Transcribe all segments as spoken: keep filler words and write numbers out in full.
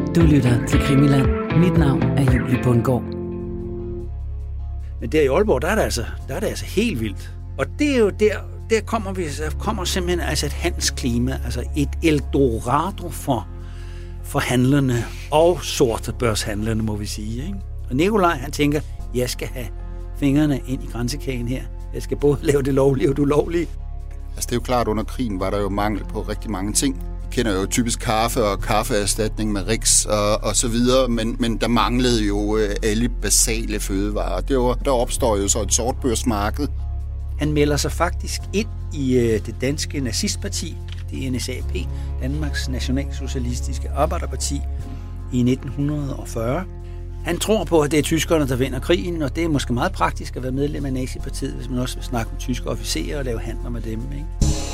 Du lytter til Krimiland. Mit navn er Julie Bundgaard. Men der i Aalborg, der er det altså, der er det altså helt vildt. Og det er jo der, der kommer vi, der kommer simpelthen altså et handelsklima, altså et Eldorado for, for handlerne og sorte børshandlerne, må vi sige. Ikke? Og Nikolaj, han tænker, jeg skal have fingrene ind i grænsekagen her. Jeg skal både lave det lovlige og det ulovlige. Altså det er jo klart, under krigen var der jo mangel på rigtig mange ting. Vi kender jo typisk kaffe og kaffeerstatning med Rix og, og så videre, men, men der manglede jo øh, alle basale fødevarer. Det var, der opstår jo så et sortbørsmarked. Han melder sig faktisk ind i øh, det danske nazistparti, det er N S A P, Danmarks Nationalsocialistiske Arbejderparti, i nitten fyrre. Han tror på, at det er tyskerne, der vinder krigen, og det er måske meget praktisk at være medlem af nazipartiet, hvis man også vil snakke med tyske officerer og lave handler med dem. Ikke?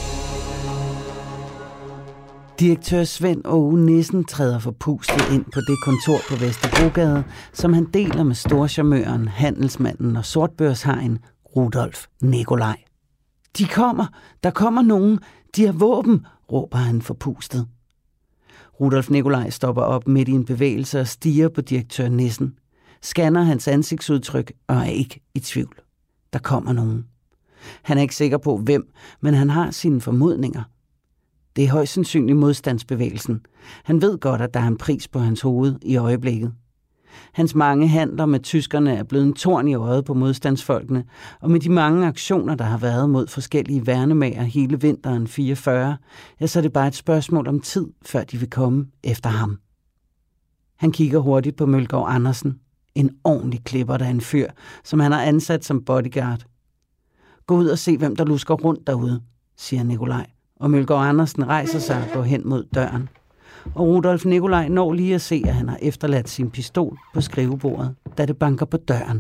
Direktør Svend Åge Nissen træder forpustet ind på det kontor på Vesterbrogade, som han deler med storcharmøren, handelsmanden og sortbørshajen Rudolf Nikolaj. De kommer, der kommer nogen, de har våben, råber han forpustet. Rudolf Nikolaj stopper op midt i en bevægelse og stiger på direktør Nissen, scanner hans ansigtsudtryk og er ikke i tvivl. Der kommer nogen. Han er ikke sikker på hvem, men han har sine formodninger. Det er højst sandsynligt modstandsbevægelsen. Han ved godt, at der er en pris på hans hoved i øjeblikket. Hans mange handler med tyskerne er blevet en torn i øjet på modstandsfolkene, og med de mange aktioner, der har været mod forskellige værnemager hele vinteren fireogfyrre, ja, så er det bare et spørgsmål om tid, før de vil komme efter ham. Han kigger hurtigt på Mølgaard Andersen, en ordentlig klipper der en fyr, som han har ansat som bodyguard. Gå ud og se, hvem der lusker rundt derude, siger Nikolaj, og Mølgaard Andersen rejser sig og går hen mod døren. Og Rudolf Nikolaj når lige at se, at han har efterladt sin pistol på skrivebordet, da det banker på døren.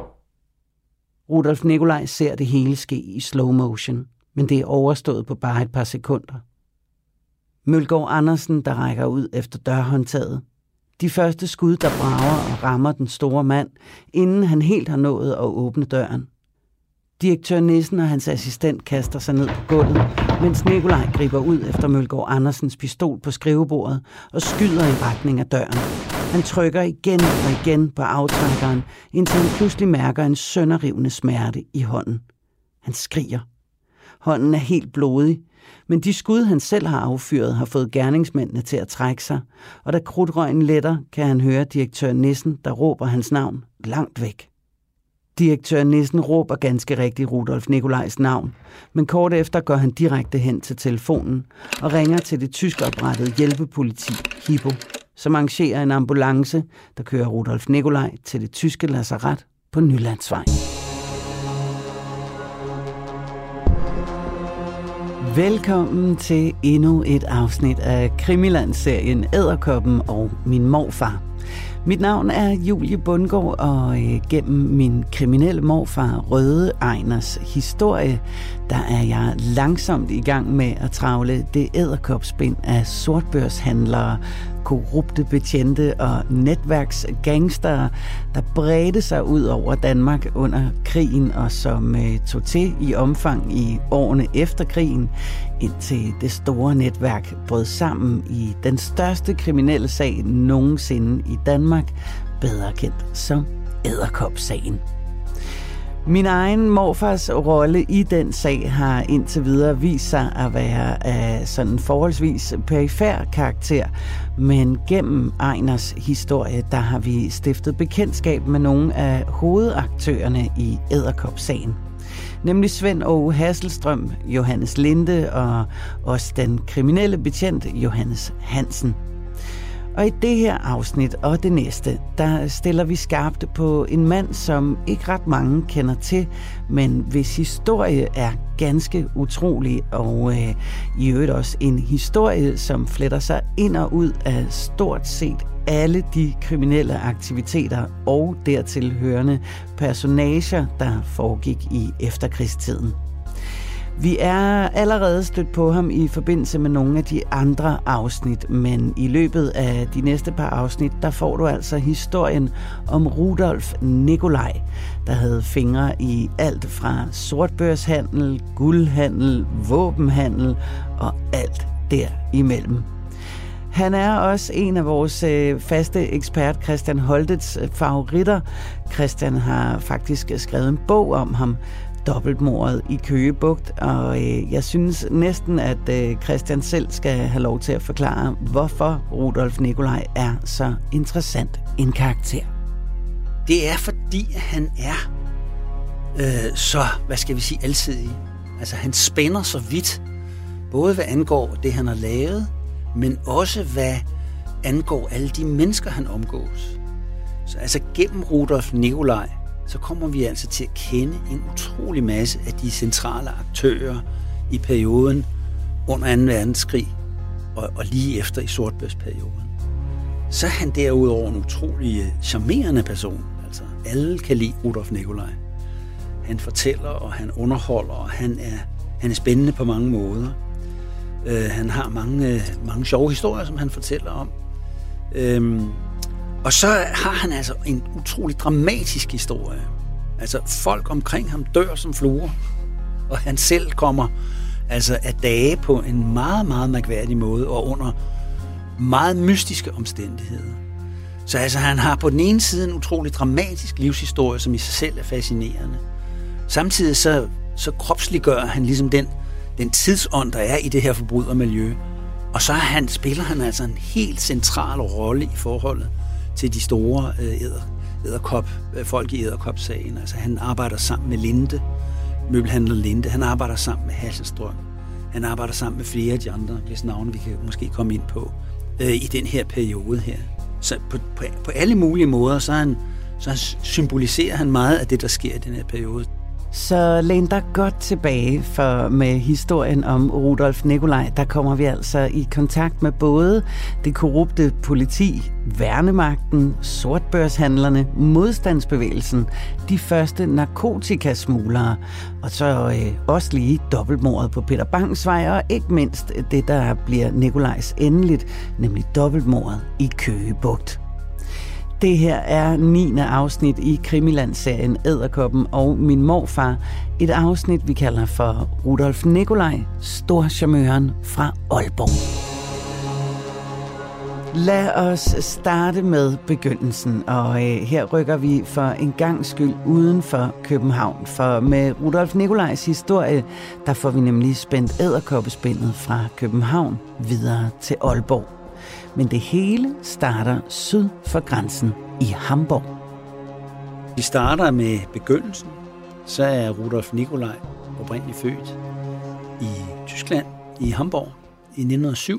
Rudolf Nikolaj ser det hele ske i slow motion, men det er overstået på bare et par sekunder. Mølgaard Andersen, der rækker ud efter dørhåndtaget. De første skud, der brager og rammer den store mand, inden han helt har nået at åbne døren. Direktør Nissen og hans assistent kaster sig ned på gulvet, mens Nikolaj griber ud efter Mølgaard Andersens pistol på skrivebordet og skyder i retning af døren. Han trykker igen og igen på aftrækkeren, indtil han pludselig mærker en sønderrivende smerte i hånden. Han skriger. Hånden er helt blodig, men de skud, han selv har affyret, har fået gerningsmændene til at trække sig, og da krudtrøgen letter, kan han høre direktør Nissen, der råber hans navn langt væk. Direktør Nissen råber ganske rigtigt Rudolf Nikolajs navn, men kort efter går han direkte hen til telefonen og ringer til det tyskoprettede hjælpepoliti Hippo, som arrangerer en ambulance, der kører Rudolf Nikolaj til det tyske lazaret på Nylandsvej. Velkommen til endnu et afsnit af Krimiland-serien Edderkoppen og min morfar. Mit navn er Julie Bundgaard, og øh, gennem min kriminelle morfar Røde Ejners historie, der er jeg langsomt i gang med at travle det edderkopspind af sortbørshandlere, korrupte betjente og netværksgangstere, der bredte sig ud over Danmark under krigen og som øh, tog til i omfang i årene efter krigen, indtil det store netværk brød sammen i den største kriminelle sag nogensinde i Danmark, bedre kendt som Edderkop-sagen. Min egen morfars rolle i den sag har indtil videre vist sig at være af sådan forholdsvis perifer karakter, men gennem Ejners historie, der har vi stiftet bekendtskab med nogle af hovedaktørerne i Edderkop-sagen. Nemlig Svend Åge Hasselstrøm, Johannes Linde og også den kriminelle betjent Johannes Hansen. Og i det her afsnit og det næste, der stiller vi skarpt på en mand, som ikke ret mange kender til, men hvis historie er ganske utrolig, og øh, i øvrigt også en historie, som fletter sig ind og ud af stort set alle de kriminelle aktiviteter og dertil hørende personager, der foregik i efterkrigstiden. Vi er allerede stødt på ham i forbindelse med nogle af de andre afsnit, men i løbet af de næste par afsnit, der får du altså historien om Rudolf Nikolaj, der havde fingre i alt fra sortbørshandel, guldhandel, våbenhandel og alt derimellem. Han er også en af vores øh, faste ekspert, Christian Holtets øh, favoritter. Christian har faktisk skrevet en bog om ham, Dobbeltmordet i Køge Bugt, og øh, jeg synes næsten, at øh, Christian selv skal have lov til at forklare, hvorfor Rudolf Nikolaj er så interessant en karakter. Det er, fordi han er øh, så, hvad skal vi sige, alsidig. Altså, han spænder så vidt, både hvad angår det, han har lavet, men også hvad angår alle de mennesker, han omgås. Så altså, gennem Rudolf Nikolaj, så kommer vi altså til at kende en utrolig masse af de centrale aktører i perioden under anden verdenskrig og, og lige efter i sortbørsperioden. Så er han derudover en utrolig charmerende person. Altså, alle kan lide Rudolf Nikolaj. Han fortæller, og han underholder, og han er, han er spændende på mange måder. Uh, han har mange, mange sjove historier, som han fortæller om. Um, og så har han altså en utrolig dramatisk historie. Altså, folk omkring ham dør som fluer, og han selv kommer altså af dage på en meget, meget mærkværdig måde, og under meget mystiske omstændigheder. Så altså, han har på den ene side en utrolig dramatisk livshistorie, som i sig selv er fascinerende. Samtidig så, så kropsliggør han ligesom den, den tidsånd, der er i det her forbrydermiljø. Og så han, spiller han altså en helt central rolle i forholdet til de store øh, edderkop, øh, folk i edderkop-sagen. Altså, han arbejder sammen med Linde, møbelhandler Linde. Han arbejder sammen med Hasselstrøm. Han arbejder sammen med flere af de andre, hvis navne vi kan måske komme ind på, øh, i den her periode her. Så på, på, på alle mulige måder, så, han, så han symboliserer han meget af det, der sker i den her periode. Så læn dig godt tilbage, for med historien om Rudolf Nikolaj, der kommer vi altså i kontakt med både det korrupte politi, værnemagten, sortbørshandlerne, modstandsbevægelsen, de første narkotikasmuglere, og så øh, også lige dobbeltmordet på Peter Bangs Vej, og ikke mindst det, der bliver Nikolajs endeligt, nemlig dobbeltmordet i Køge Bugt. Det her er niende afsnit i Krimiland-serien Edderkoppen og min morfar. Et afsnit, vi kalder for Rudolf Nikolaj, storcharmøren fra Aalborg. Lad os starte med begyndelsen, og øh, her rykker vi for en gang skyld uden for København. For med Rudolf Nikolajs historie, der får vi nemlig spændt edderkoppespændet fra København videre til Aalborg. Men det hele starter syd for grænsen i Hamborg. Vi starter med begyndelsen. Så er Rudolf Nikolaj oprindeligt født i Tyskland, i Hamborg, i nitten hundrede og syv.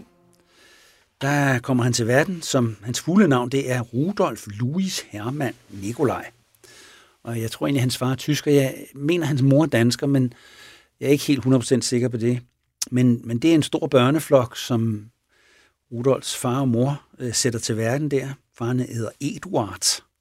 Der kommer han til verden, som hans fulde navn, det er Rudolf Louis Hermann Nikolaj. Og jeg tror egentlig, hans far er tysker. Jeg mener, hans mor er dansker, men jeg er ikke helt hundrede procent sikker på det. Men, men det er en stor børneflok, som Rudolfs far og mor øh, sætter til verden der. Faren hedder Eduard.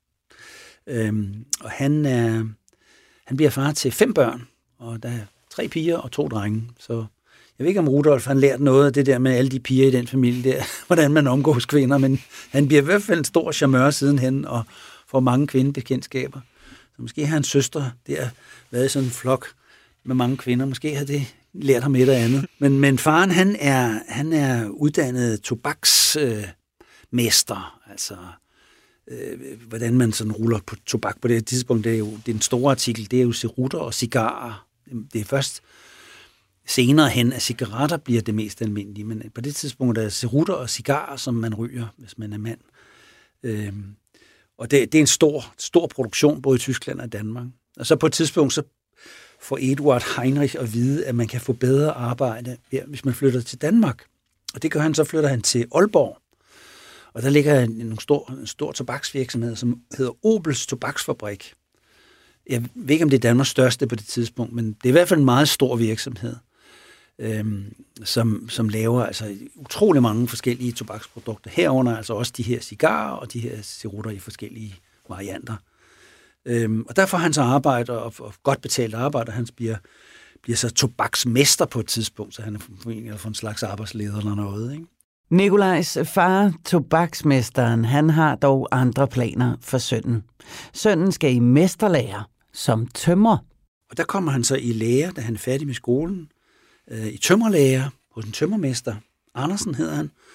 Øhm, og han, er, han bliver far til fem børn, og der er tre piger og to drenge. Så jeg ved ikke, om Rudolf har lært noget af det der med alle de piger i den familie der, hvordan man omgås kvinder, men han bliver i hvert fald en stor charmeur sidenhen, og får mange kvindebekendtskaber. Så måske har hans søster der været i sådan en flok med mange kvinder. Måske har det lært ham et og andet. Men, men faren, han er, han er uddannet tobaksmester, øh, altså øh, hvordan man sådan ruller på tobak på det tidspunkt. Det er jo det er en stor artikel, det er jo cerutter og cigarer. Det er først senere hen, at cigaretter bliver det mest almindelige, men på det tidspunkt er det cerutter og cigarer, som man ryger, hvis man er mand. Øh, og det, det er en stor, stor produktion, både i Tyskland og Danmark. Og så på et tidspunkt, så får Eduard Heinrich at vide, at man kan få bedre arbejde, hvis man flytter til Danmark. Og det gør han, så flytter han til Aalborg. Og der ligger en, en, stor, en stor tobaksvirksomhed, som hedder Obels Tobaksfabrik. Jeg ved ikke, om det er Danmarks største på det tidspunkt, men det er i hvert fald en meget stor virksomhed, øhm, som, som laver altså utrolig mange forskellige tobaksprodukter. Herunder altså også de her cigarer og de her cerutter i forskellige varianter. Øhm, og der får han så arbejde, og, og godt betalt arbejde, og han bliver, bliver så tobaksmester på et tidspunkt, så han er formentlig for en slags arbejdsleder eller noget, ikke? Nikolajs far, tobaksmesteren, han har dog andre planer for sønnen. Sønnen skal i mesterlære som tømrer. Og der kommer han så i lære, da han er færdig med skolen, øh, i tømmerlære hos en tømmermester. Andersen hedder han,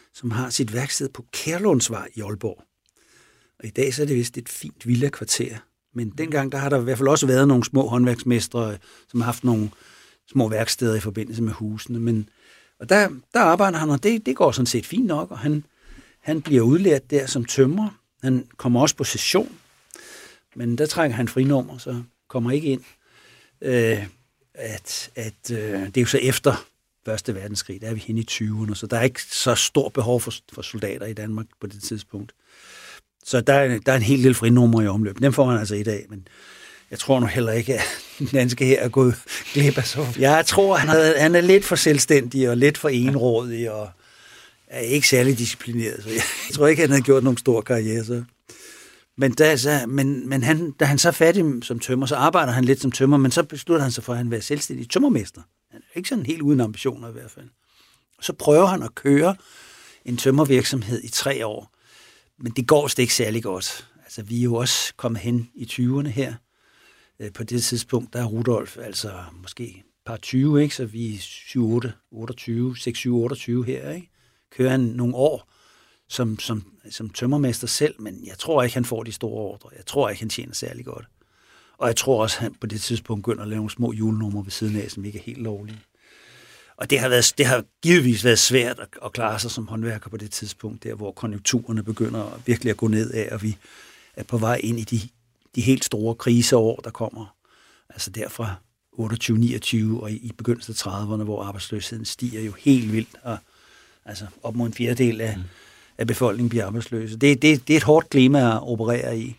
som har sit værksted på Kærlundsvej i Aalborg. Og i dag så er det vist et fint villa-kvarter. Men dengang der har der i hvert fald også været nogle små håndværksmestre, som har haft nogle små værksteder i forbindelse med husene. Men, og der, der arbejder han, og det, det går sådan set fint nok, og han, han bliver udlært der som tømrer. Han kommer også på session, men der trækker han frinummer, så kommer ikke ind. Øh, at, at, øh, det er jo så efter Første Verdenskrig, der er vi henne i tyverne, så der er ikke så stort behov for, for soldater i Danmark på det tidspunkt. Så der er, der er en hel del frinummer i omløb. Dem får han altså i dag, men jeg tror nu heller ikke, at den danske her er gået glip af så. Jeg tror, han er, han er lidt for selvstændig og lidt for enrådig og er ikke særlig disciplineret. Så jeg tror ikke, han har gjort nogen stor karriere. Så. Men, da, så, men, men han, da han så er færdig som tømrer, så arbejder han lidt som tømrer, men så beslutter han sig for, at han vil være selvstændig tømmermester. Han er ikke sådan helt uden ambitioner i hvert fald. Så prøver han at køre en tømmervirksomhed i tre år. Men det går slet ikke særlig godt. Altså, vi er jo også kommet hen i tyverne her. På det tidspunkt, der er Rudolf altså måske par tyve, ikke? Så vi er syv otte, otteogtyve, seks syv, otteogtyve her, ikke? Kører han nogle år som, som, som tømmermester selv, men jeg tror ikke, han får de store ordre. Jeg tror ikke, han tjener særlig godt. Og jeg tror også, han på det tidspunkt begynder at lave nogle små julenumre ved siden af, som ikke er helt lovlige. Og det har, været, det har givetvis været svært at, at klare sig som håndværker på det tidspunkt, der hvor konjunkturerne begynder virkelig at gå ned af, og vi er på vej ind i de, de helt store kriseår, der kommer. Altså derfra otteogtyve niogtyve og i, i begyndelsen af trediverne, hvor arbejdsløsheden stiger jo helt vildt, og altså op mod en fjerdedel af, mm. af befolkningen bliver arbejdsløse. Det, det, det er et hårdt klima at operere i.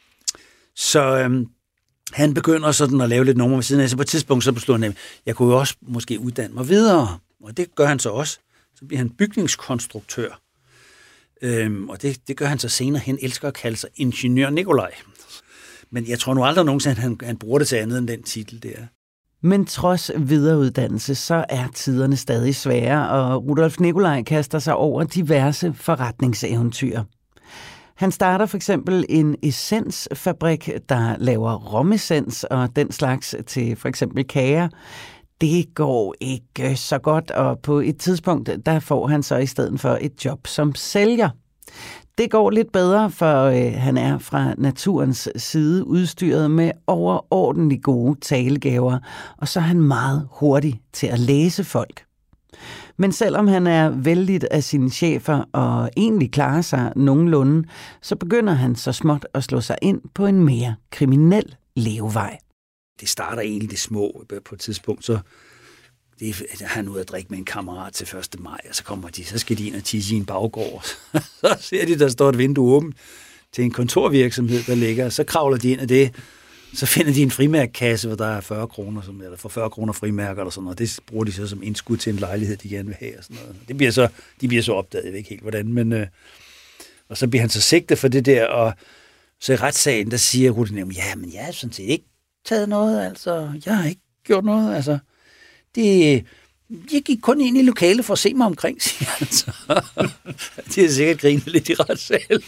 Så øhm, han begynder sådan at lave lidt numre ved siden af, så på et tidspunkt så beslutter han, at jeg kunne jo også måske uddanne mig videre, og det gør han så også. Så bliver han bygningskonstruktør, øhm, og det, det gør han så senere hen, elsker at kalde sig ingeniør Nikolaj. Men jeg tror nu aldrig nogensinde, at han, han bruger det til andet end den titel der. Men trods videreuddannelse, så er tiderne stadig svære, og Rudolf Nikolaj kaster sig over diverse forretningseventyr. Han starter for eksempel en essensfabrik, der laver romessens og den slags til for eksempel kager. Det går ikke så godt, og på et tidspunkt, der får han så i stedet for et job som sælger. Det går lidt bedre, for øh, han er fra naturens side udstyret med overordentlig gode talegaver, og så er han meget hurtig til at læse folk. Men selvom han er vældigt af sine chefer og egentlig klarer sig nogenlunde, så begynder han så småt at slå sig ind på en mere kriminel levevej. Det starter egentlig det små på et tidspunkt, så det er han ude at drikke med en kammerat til første maj, og så kommer de, så skal de ind og tisse i en baggård. Så ser de, der står et vindue åbent til en kontorvirksomhed, der ligger, så kravler de ind af det, så finder de en frimærkkasse, hvor der er fyrre kroner, som, eller for fyrre kroner frimærker eller sådan noget, det bruger de så som indskud til en lejlighed, de gerne vil have og sådan noget. Det bliver så, de bliver så opdaget, jeg ved ikke helt hvordan, men øh, og så bliver han så sigtet for det der, og så i retssagen, der siger Rudolf, ja, men jeg har sådan set ikke taget noget, altså, jeg har ikke gjort noget, altså. Det, jeg gik kun ind i lokalet for at se mig omkring, siger han så. De har sikkert grinet lidt i retssalen.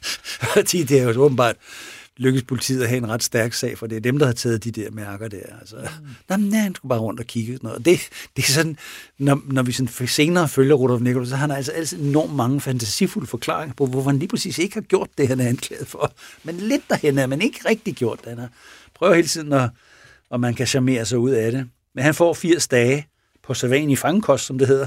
Fordi det er jo åbenbart lykkes politiet at have en ret stærk sag, for det er dem, der har taget de der mærker der. Altså, mm. nej, han skulle bare rundt og kigge. Sådan noget. Det, det er sådan, når, når vi sådan senere følger Rudolf Nikolaj, så har han altså altid enormt mange fantasifulde forklaringer på, hvorfor han lige præcis ikke har gjort det, han er anklaget for. Men lidt derhen er man ikke rigtig gjort det. Han prøver hele tiden, at, og man kan charmere sig ud af det. Men han får firs dage på sædvanlig fangekost, som det hedder.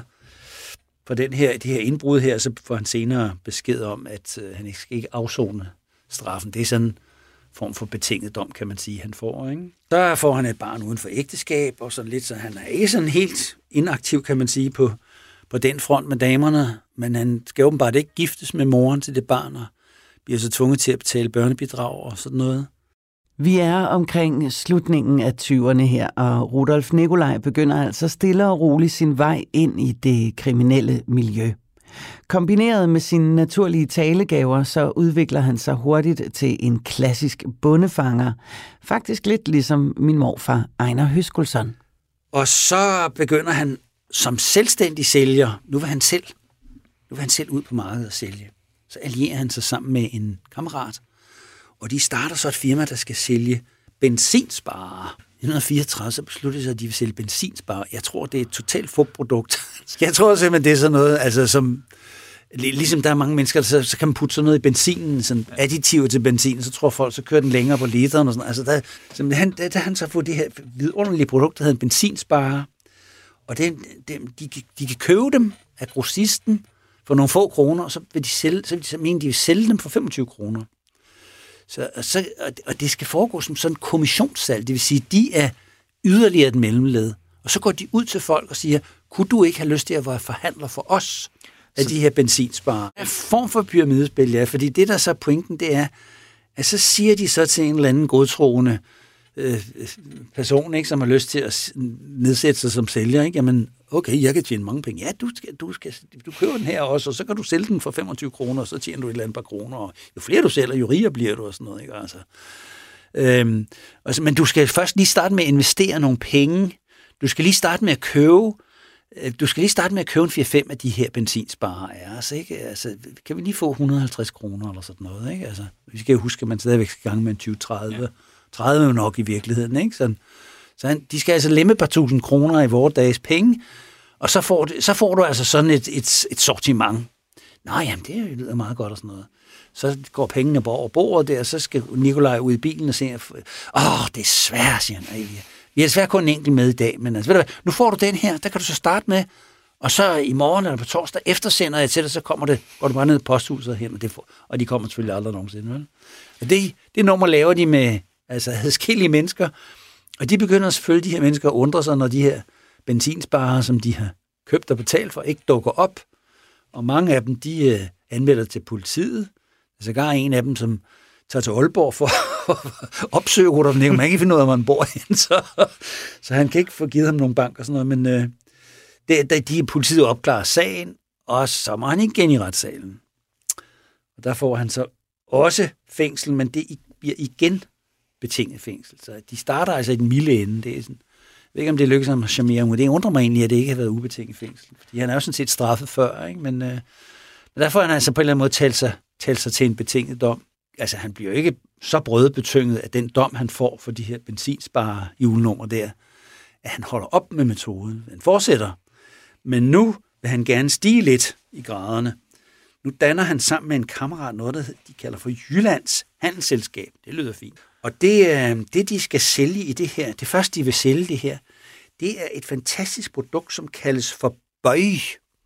For den her, det her indbrud her, så får han senere besked om, at øh, han ikke skal ikke afzone straffen. Det er sådan en form for betinget dom, kan man sige, han får. Ikke? Så får han et barn uden for ægteskab, og sådan lidt, så han er ikke sådan helt inaktiv, kan man sige, på, på den front med damerne. Men han skal åbenbart ikke giftes med moren til det barn, og bliver så tvunget til at betale børnebidrag og sådan noget. Vi er omkring slutningen af tyverne her, og Rudolf Nikolaj begynder altså stille og roligt sin vej ind i det kriminelle miljø. Kombineret med sine naturlige talegaver, så udvikler han sig hurtigt til en klassisk bondefanger. Faktisk lidt ligesom min morfar, Einar Høskulsson. Og så begynder han som selvstændig sælger, nu vil han selv, nu vil han selv ud på markedet og sælge. Så allierer han sig sammen med en kammerat, og de starter så et firma, der skal sælge benzinsparer. I nitten fireogtredive så besluttede sig, at de vil sælge benzinsparer. Jeg tror, det er et totalt fupprodukt. Jeg tror simpelthen, det er sådan noget, altså som Ligesom der er mange mennesker, så, så kan man putte sådan noget i benzinen, sådan additiver til benzin, så tror folk, så kører den længere på literen og sådan. Altså der, så han, der, der han så fået det her vidunderlige produkt, der hedder en benzinsparer, og det, det, de, de kan købe dem af grossisten for nogle få kroner, og så vil de sælge, så, vil de, så mener de vil sælge dem for femogtyve kroner. Så, og, så, og det skal foregå som sådan en kommissionssalg, det vil sige, de er yderligere et mellemled, og så går de ud til folk og siger, kunne du ikke have lyst til at være forhandler for os af så de her benzinsparer? En form for pyramidespil, ja, fordi det, der så er pointen, det er, at så siger de så til en eller anden godtroende øh, person, ikke, som har lyst til at nedsætte sig som sælger, ikke? Jamen, okay, jeg kan tjene mange penge. Ja, du, skal, du, skal, du køber den her også, og så kan du sælge den for femogtyve kroner, og så tjener du et eller andet par kroner, og jo flere du sælger, jo rigere bliver du, og sådan noget, ikke? Altså, øhm, altså, men du skal først lige starte med at investere nogle penge. Du skal lige starte med at købe Du skal lige starte med at købe en fire fem af de her benzinsparer. Ja, altså, ikke? Altså, kan vi lige få et hundrede og halvtreds kroner eller sådan noget, ikke? Altså, vi skal jo huske, at man stadigvæk skal gange med en tyve tredive. Ja. tredive er nok i virkeligheden, ikke? Sådan, så de skal altså lemme et par tusind kroner i vores dages penge, og så får, du, så får du altså sådan et, et, et sortiment. Nå, jamen, det lyder meget godt og sådan noget. Så går pengene på over bordet der, og så skal Nikolaj ud i bilen og sige, åh, det er svært, siger han. Vi har desværre kun en enkelt med i dag, men altså, ved du hvad, nu får du den her, der kan du så starte med, og så i morgen eller på torsdag eftersender jeg til dig, så kommer det, går du bare ned i posthuset hen, og, det får, og de kommer selvfølgelig aldrig nogensinde. Vel? Og det, det nummer laver de med altså, adskillige mennesker, og de begynder selvfølgelig, de her mennesker, at undre sig, når de her benzinsparer, som de har købt og betalt for, ikke dukker op, og mange af dem, de uh, anmelder til politiet. Der er sågar en af dem, som tager til Aalborg for at opsøge rutterfornæggelsen. Man kan ikke finde ud af, hvor man bor hen, så, så han kan ikke få givet ham nogle bank og sådan noget, men øh, det, det, de politiet opklarer sagen, og så må han igen i retssalen. Og der får han så også fængsel, men det bliver igen betinget fængsel. Så de starter altså i den milde ende. Det er sådan, jeg ved ikke, om det lykkes ham at charmere ham. Det undrer mig egentlig, at det ikke har været ubetinget fængsel. Fordi han er jo sådan set straffet før, ikke? Men, øh, men derfor har han altså på en eller anden måde talt sig, talt sig til en betinget dom. Altså, han bliver jo ikke så brødbetynget af den dom, han får for de her benzinsparer julenummer der, at han holder op med metoden. Han fortsætter. Men nu vil han gerne stige lidt i graderne. Nu danner han sammen med en kammerat noget, der de kalder for Jyllands Handelsselskab. Det lyder fint. Og det, det, de skal sælge i det her, det første, de vil sælge det her, det er et fantastisk produkt, som kaldes for bøje.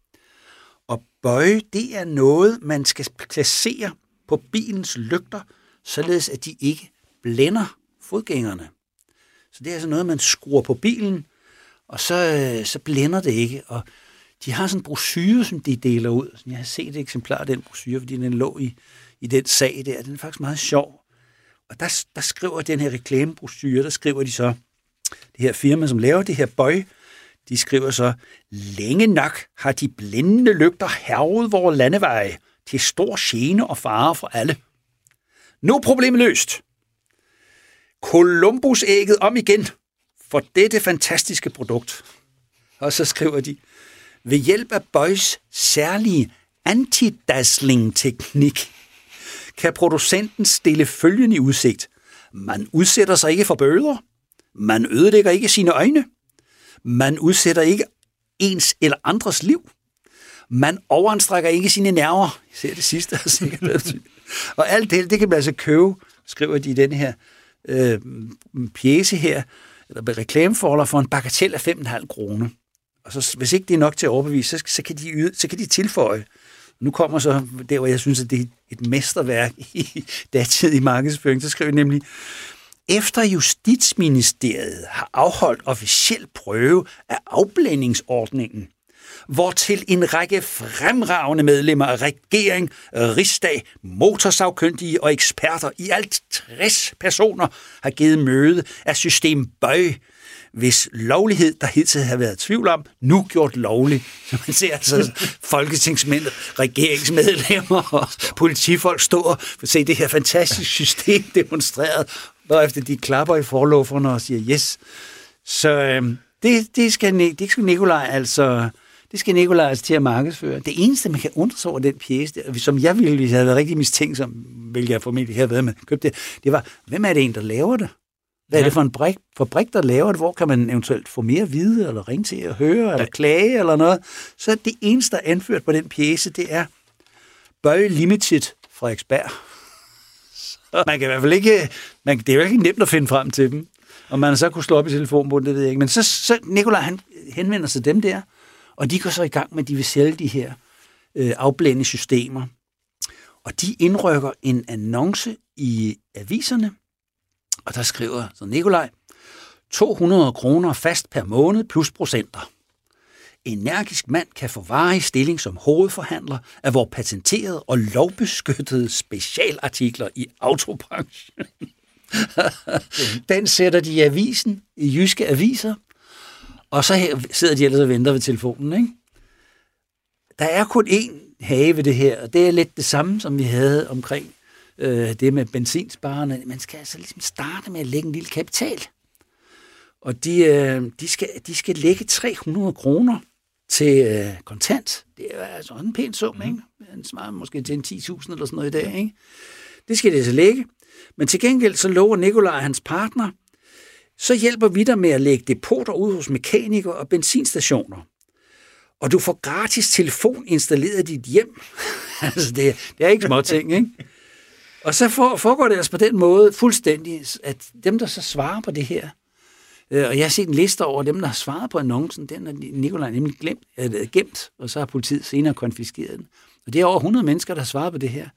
Og bøje, det er noget, man skal placere på bilens lygter, således at de ikke blænder fodgængerne. Så det er altså noget, man skruer på bilen, og så, så blænder det ikke. Og de har sådan en brochure, som de deler ud. Jeg har set et eksemplar af den brochure, fordi den lå i, i den sag der. Den er faktisk meget sjov. Og der, der skriver den her reklamebrochure, der skriver de så, det her firma, som laver det her bøj, de skriver så, længe nok har de blændende lygter hærget vores landeveje til stor gene og fare for alle. Nu er problemet løst. Columbus-ægget om igen for dette fantastiske produkt. Og så skriver de, ved hjælp af Bøjs særlige antidasling-teknik kan producenten stille følgende i udsigt. Man udsætter sig ikke for bøder. Man ødelægger ikke sine øjne. Man udsætter ikke ens eller andres liv. Man overanstrækker ikke sine nerver. I ser det sidste, er sikkert. Og alt det, det kan man altså købe, skriver de i den her øh, pjece her, eller reklameforholder for en bagatel af fem komma fem kroner. Og så, hvis ikke det er nok til at overbevise, så, så, kan de yde, så kan de tilføje. Nu kommer så der, hvor jeg synes, at det er et mesterværk i datidig markedsføring. Så skriver de nemlig, efter Justitsministeriet har afholdt officiel prøve af afblændingsordningen, hvortil en række fremragende medlemmer af regering, rigsdag, motorsagkyndige og eksperter, i alt tres personer, har givet møde af system Bøj, hvis lovlighed, der hidtil har været tvivl om, nu gjort lovlig. Så man ser altså folketingsmænd, regeringsmedlemmer og politifolk stå og se det her fantastiske system demonstreret, hvorefter de klapper i forloverne og siger yes. Så øhm, det, det, skal, det skal Nikolaj altså... Det skal Nikolaj altså til at markedsføre. Det eneste, man kan undre sig over den pjece, der, som jeg ville, hvis jeg havde været rigtig mistænkt, som hvilket jeg formentlig havde været med at købe det, det var, hvem er det en, der laver det? Hvad er ja. det for en brik, fabrik, der laver det? Hvor kan man eventuelt få mere at vide, eller ringe til at høre, eller ja. klage, eller noget? Så det eneste, der er anført på den pjece, det er Bøje Limited, Frederiksberg. Så man kan i hvert fald ikke, man, det er jo ikke nemt at finde frem til dem. Og man har så kunne slå op i telefonbogen, det ved jeg ikke. Men så, så Nikolaj, han henvender sig dem der, og de går så i gang med, at de vil sælge de her øh, afblændingssystemer. Og de indrykker en annonce i aviserne, og der skriver så Nikolaj, to hundrede kroner fast per måned plus procenter. Energisk mand kan få varig stilling som hovedforhandler af vores patenterede og lovbeskyttede specialartikler i autobranchen. Den sætter de i avisen, i jyske aviser, og så sidder de ellers og venter ved telefonen, ikke? Der er kun én hage ved det her, og det er lidt det samme, som vi havde omkring øh, det med benzinsparerne. Man skal altså ligesom starte med at lægge en lille kapital. Og de, øh, de, skal, de skal lægge tre hundrede kroner til øh, kontant. Det er altså en pæn sum, ikke? En smart, måske til en ti tusind eller sådan noget i dag, ikke? Det skal de så lægge. Men til gengæld så lover Nikolaj og hans partner, så hjælper vi dig med at lægge depoter ud hos mekanikere og benzinstationer. Og du får gratis telefon installeret i dit hjem. altså, det, det er ikke små ting, ikke? Og så foregår det altså på den måde fuldstændig, at dem, der så svarer på det her, øh, og jeg har set en liste over dem, der har svaret på annoncen, den er Nikolaj nemlig glemt, øh, gemt, og så har politiet senere konfiskeret den. Og det er over hundrede mennesker, der har svaret på det her.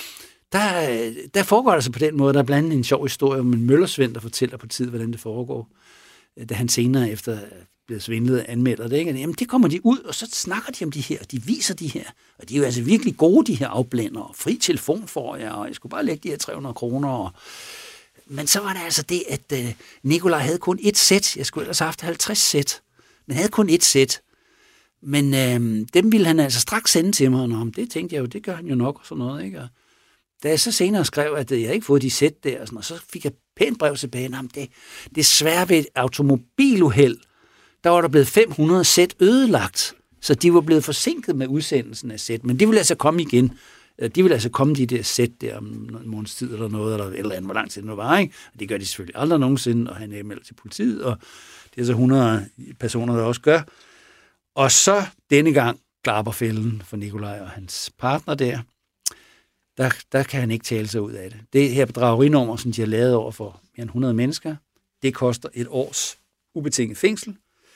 Der, der foregår det altså på den måde, der er blandt andet en sjov historie om en møllersvend, der fortæller politiet, hvordan det foregår, da han senere efter blevet svindlet anmelder det, ikke? Jamen, det kommer de ud, og så snakker de om de her, og de viser de her, og de er jo altså virkelig gode, de her afblænder, og fri telefon får jeg, og jeg skulle bare lægge de her tre hundrede kroner, og... men så var det altså det, at uh, Nikolaj havde kun et sæt, jeg skulle ellers have haft halvtreds sæt, men havde kun et sæt, men uh, dem ville han altså straks sende til mig, og det tænkte jeg jo, det gør han jo nok, og sådan noget, ikke? Og da jeg så senere skrev, at jeg ikke fået de sæt der, og, sådan, og så fik jeg pænt brev tilbage, jamen det, det er svært ved et automobiluheld, der var der blevet fem hundrede sæt ødelagt, så de var blevet forsinket med udsendelsen af sæt, men de ville altså komme igen. De ville altså komme de der sæt der om en måneds tid eller noget, eller et eller andet, hvor lang tid det nu var, ikke? Og det gør de selvfølgelig aldrig nogensinde, og han er meldt til politiet, og det er så hundrede personer, der også gør. Og så denne gang klapper fælden for Nikolaj og hans partner der. Der, der kan han ikke tale sig ud af det. Det her bedragerinummer, som de har lavet over for mere end hundrede mennesker, det koster et års ubetinget fængsel.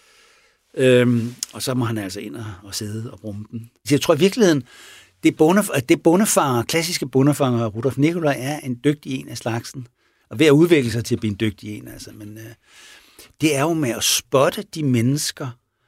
Øhm, og så må han altså ind og, og sidde og brumme den. Så jeg tror i virkeligheden, det, bonef, det bondefanger, klassiske bondefanger, Rudolf Nikolaj, er en dygtig en af slagsen. Og ved at udvikle sig til at blive en dygtig en. Altså. Men øh, det er jo med at spotte de mennesker,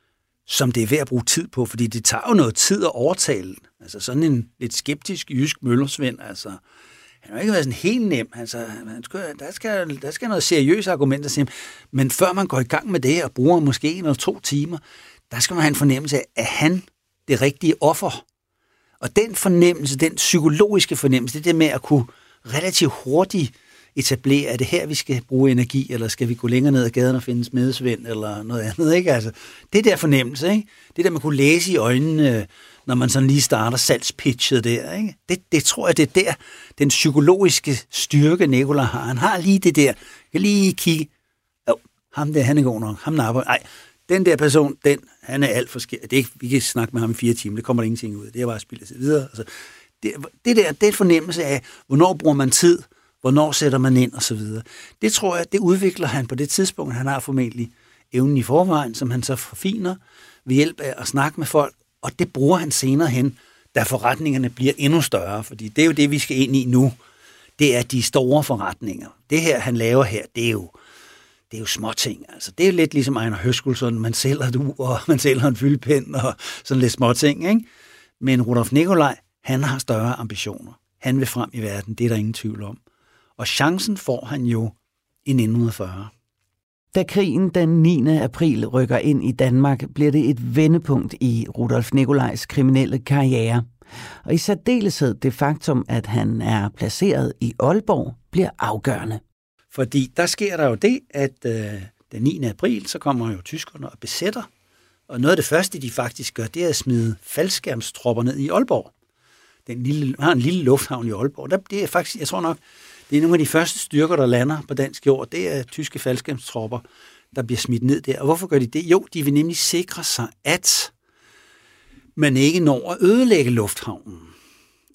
som det er ved at bruge tid på, fordi det tager jo noget tid at overtale. Altså sådan en lidt skeptisk jysk møllersvend, altså, han har ikke været sådan helt nem. Altså, man skal, der, skal, der skal noget seriøse argumenter til, men før man går i gang med det og bruger måske en eller to timer, der skal man have en fornemmelse af, at han det rigtige offer. Og den fornemmelse, den psykologiske fornemmelse, det der med at kunne relativt hurtigt etablere, er det her, vi skal bruge energi, eller skal vi gå længere ned ad gaden og finde smedesvend, eller noget andet, ikke? Altså, det der fornemmelse, ikke? Det der, man kunne læse i øjnene, når man sådan lige starter salgspitchet der, ikke? Det, det tror jeg, det er der, den psykologiske styrke, Nikolaj har. Han har lige det der, kan lige kigge, jo, ham der, han er god nok, ham napper, ej, den der person, den, han er alt forskellig. Det er ikke, vi kan snakke med ham i fire timer, det kommer der ingenting ud af, det er bare at spille sig videre. Altså, det, det der, det er en fornemmelse af, hvornår bruger man tid, hvornår sætter man ind, og så videre. Det tror jeg, det udvikler han på det tidspunkt. Han har formentlig evnen i forvejen, som han så forfiner ved hjælp af at snakke med folk, og det bruger han senere hen, da forretningerne bliver endnu større, fordi det er jo det, vi skal ind i nu. Det er de store forretninger. Det her, han laver her, det er jo, det er jo småting. Altså, det er jo lidt ligesom Einar Høskulsson, man sælger et ur, og man sælger en fyldpind, og sådan lidt småting, ikke? Men Rudolf Nikolaj, han har større ambitioner. Han vil frem i verden, det er der ingen tvivl om. Og chancen får han jo i nitten fyrre. Da krigen den niende april rykker ind i Danmark, bliver det et vendepunkt i Rudolf Nikolajs kriminelle karriere. Og i særdeleshed det faktum, at han er placeret i Aalborg, bliver afgørende. Fordi der sker der jo det, at øh, den niende april, så kommer jo tyskerne og besætter. Og noget af det første, de faktisk gør, det er at smide faldskærmstropper ned i Aalborg. Den lille, har en lille lufthavn i Aalborg. Der, det er faktisk, jeg tror nok, det er nogle af de første styrker, der lander på dansk jord. Det er tyske faldskærmstropper, der bliver smidt ned der. Og hvorfor gør de det? Jo, de vil nemlig sikre sig, at man ikke når at ødelægge lufthavnen.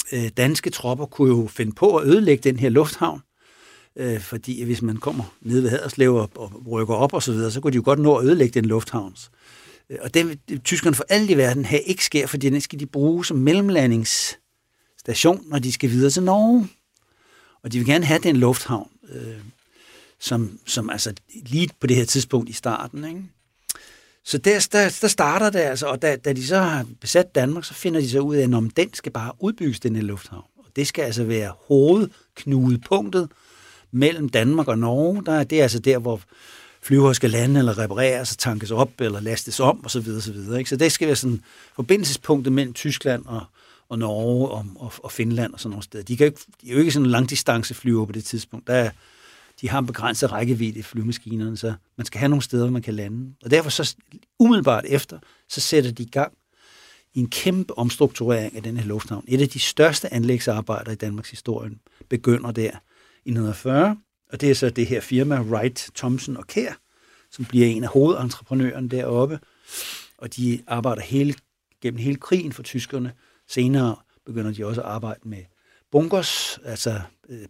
øh, danske tropper kunne jo finde på at ødelægge den her lufthavn, øh, fordi hvis man kommer ned ved Haderslev og, og rykker op og så videre, så kunne de jo godt nå at ødelægge den lufthavns. Og det vil tyskerne for alt i verden have ikke sker, fordi den skal de bruge som mellemlandingsstation, når de skal videre til Norge. Og de vil gerne have den lufthavn, øh, som, som altså lige på det her tidspunkt i starten. Ikke? Så der, der, der starter det altså, og da, da de så har besat Danmark, så finder de så ud af, at om den skal bare udbygges, den her lufthavn. Og det skal altså være hovedknudepunktet mellem Danmark og Norge. Der, det er altså der, hvor flyver skal lande eller repareres og tankes op eller lastes om osv. Så, videre, ikke? Så det skal være sådan forbindelsespunktet mellem Tyskland og, og Norge og, og, og Finland og sådan nogle steder. De, kan jo ikke, de er jo ikke sådan en langdistanceflyver på det tidspunkt. Der er, de har en begrænset rækkevidde i flymaskinerne, så man skal have nogle steder, hvor man kan lande. Og derfor så umiddelbart efter, så sætter de i gang i en kæmpe omstrukturering af den her lufthavn. Et af de største anlægsarbejder i Danmarks historie begynder der i nitten fyrre. Og det er så det her firma, Wright, Thomsen og Kjær, som bliver en af hovedentreprenørerne deroppe. Og de arbejder hele, gennem hele krigen for tyskerne. Senere begynder de også at arbejde med bunkers, altså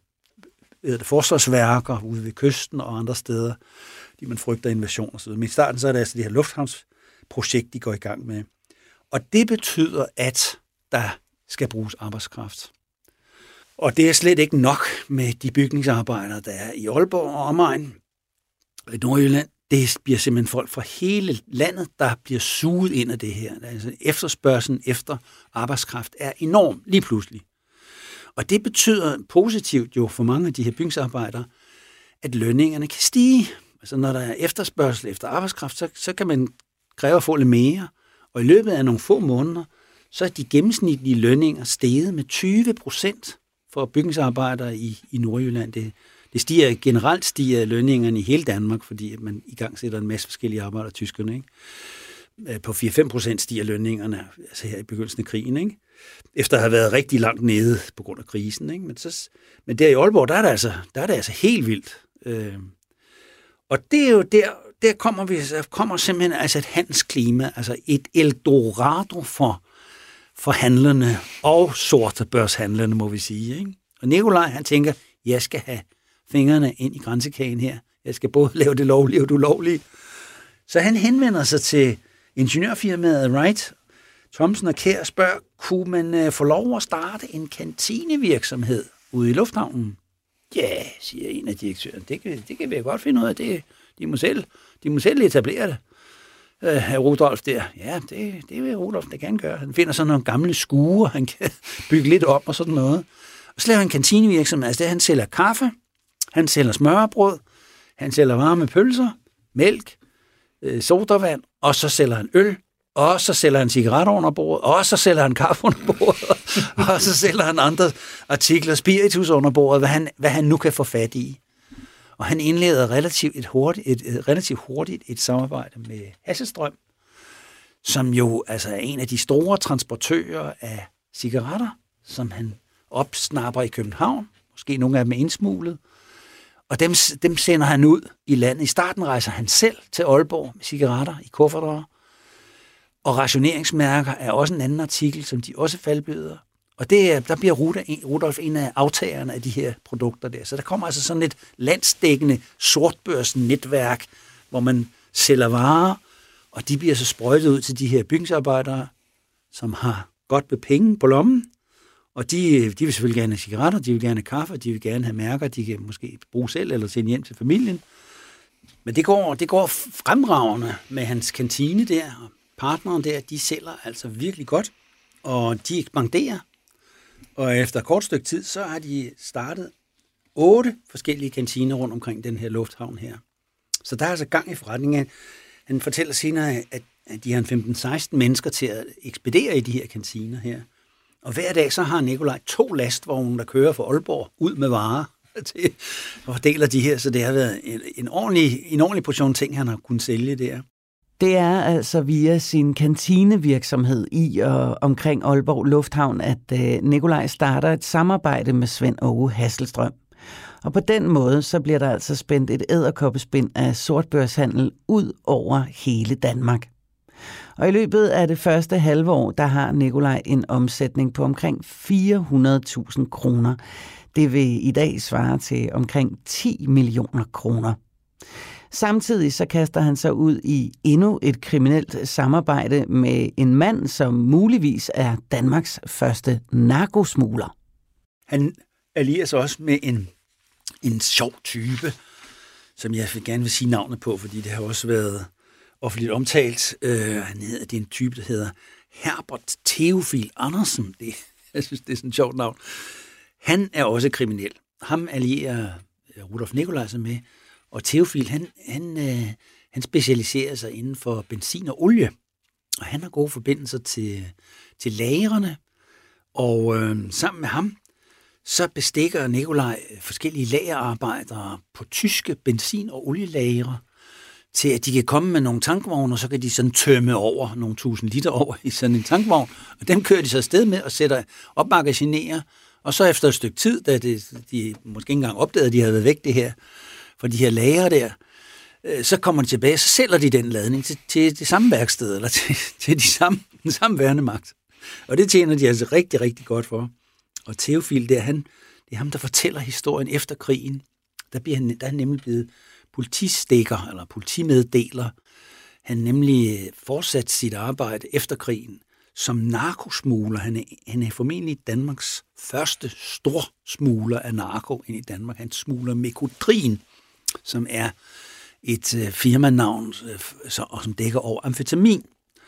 øh, forsvarsværker ude ved kysten og andre steder, de man frygter invasion og så videre. Men i starten så er det altså det her lufthavnsprojekt, de går i gang med. Og det betyder, at der skal bruges arbejdskraft. Og det er slet ikke nok med de bygningsarbejdere, der er i Aalborg og omegn og i Nordjylland. Det bliver simpelthen folk fra hele landet, der bliver suget ind af det her. Altså efterspørgslen efter arbejdskraft er enorm lige pludselig. Og det betyder positivt jo for mange af de her bygningsarbejdere, at lønningerne kan stige. Altså når der er efterspørgsel efter arbejdskraft, så, så kan man kræve at få lidt mere. Og i løbet af nogle få måneder, så er de gennemsnitlige lønninger steget med tyve procent. For bygningsarbejdere i, i Nordjylland. Det, det stiger, generelt stiger lønningerne i hele Danmark, fordi man i gang sætter en masse forskellige arbejder, tyskerne. Ikke? På fire til fem procent stiger lønningerne, altså her i begyndelsen af krigen, ikke? Efter at have været rigtig langt nede på grund af krisen. Ikke? Men, så, men der i Aalborg, der er det altså, der er det altså helt vildt. Øh, og det er jo der, der kommer, vi, kommer simpelthen altså et handelsklima, altså et Eldorado for for handlerne og sorte børshandlerne, må vi sige. Ikke? Og Nikolaj, han tænker, jeg skal have fingrene ind i grænsekagen her. Jeg skal både lave det lovlige og det ulovlige. Så han henvender sig til ingeniørfirmaet Wright, Thomsen og Kjær, og spørger, kunne man få lov at starte en kantinevirksomhed ude i lufthavnen? Ja, siger en af direktøren, det kan, det kan vi godt finde ud af. Det, de, må selv, de må selv etablere det. Øh, Rudolf der, ja, det, det vil Rudolf da gerne gøre. Han finder sådan nogle gamle skure, han kan bygge lidt op og sådan noget. Og så laver han kantinevirksomhed. Altså det, han sælger kaffe, han sælger smørrebrød, han sælger varme pølser, mælk, øh, sodavand, og så sælger han øl, og så sælger han cigaretter under bordet, og så sælger han kaffe under bordet, og så sælger han andre artikler, spiritus under bordet, hvad han, hvad han nu kan få fat i. Og han indleder relativt, et hurtigt, et, et relativt hurtigt et samarbejde med Hasselstrøm, som jo altså er en af de store transportører af cigaretter, som han opsnapper i København. Måske nogle af dem er indsmuglet. Og dem, dem sender han ud i landet. I starten rejser han selv til Aalborg med cigaretter i kufferter. Og rationeringsmærker er også en anden artikel, som de også faldbyder. Og det, der bliver Rudolf en af aftagerne af de her produkter der. Så der kommer altså sådan et landsdækkende sortbørsnetværk, hvor man sælger varer, og de bliver så sprøjtet ud til de her bygningsarbejdere, som har godt med penge på lommen. Og de, de vil selvfølgelig gerne have cigaretter, de vil gerne have kaffe, de vil gerne have mærker, de kan måske bruge selv eller sende hjem til familien. Men det går, det går fremragende med hans kantine der, og partneren der, de sælger altså virkelig godt, og de ekspanderer. Og efter et kort stykke tid, så har de startet otte forskellige kantiner rundt omkring den her lufthavn her. Så der er altså gang i forretningen. Han fortæller senere, at de har femten til seksten mennesker til at ekspedere i de her kantiner her. Og hver dag så har Nikolaj to lastvogne, der kører fra Aalborg ud med varer til og fordeler de her. Så det har været en, en, ordentlig, en ordentlig portion ting, han har kunnet sælge der. Det er altså via sin kantinevirksomhed i og omkring Aalborg Lufthavn, at Nikolaj starter et samarbejde med Svend Åge Hasselstrøm. Og på den måde, så bliver der altså spændt et edderkoppespind af sortbørshandel ud over hele Danmark. Og i løbet af det første halve år, der har Nikolaj en omsætning på omkring fire hundrede tusind kroner. Det vil i dag svare til omkring ti millioner kroner. Samtidig så kaster han sig ud i endnu et kriminelt samarbejde med en mand, som muligvis er Danmarks første narkosmugler. Han allierer sig også med en, en sjov type, som jeg gerne vil sige navnet på, fordi det har også været offentligt omtalt. Øh, han hedder, det er en type, der hedder Herbert Theofil Andersen. Det, jeg synes, det er sådan et sjovt navn. Han er også kriminel. Ham allierer Rudolf Nikolaj sig med, og Theofil, han, han, øh, han specialiserer sig inden for benzin og olie, og han har gode forbindelser til, til lagrene, og øh, sammen med ham, så bestikker Nikolaj forskellige lagerarbejdere på tyske benzin- og olielagre, til at de kan komme med nogle tankvogne, og så kan de sådan tømme over, nogle tusind liter over i sådan en tankvogn, og dem kører de så afsted med og sætter opmagasinerer, og så efter et stykke tid, da det, de måske ikke engang opdagede, at de havde været væk det her, for de her lagre der, så kommer de tilbage, så sælger de den ladning til, til det samme værksted, eller til, til de samme, den samme værnemagt. Og det tjener de altså rigtig, rigtig godt for. Og Theofil, det er, han, det er ham, der fortæller historien efter krigen. Der, bliver han, der er han nemlig blevet politistikker, eller politimeddeler. Han nemlig fortsat sit arbejde efter krigen som narkosmugler. Han er, han er formentlig Danmarks første stor smugler af narko ind i Danmark. Han smugler Mecodrin, som er et øh, firmanavn, øh, så, og som dækker over amfetamin.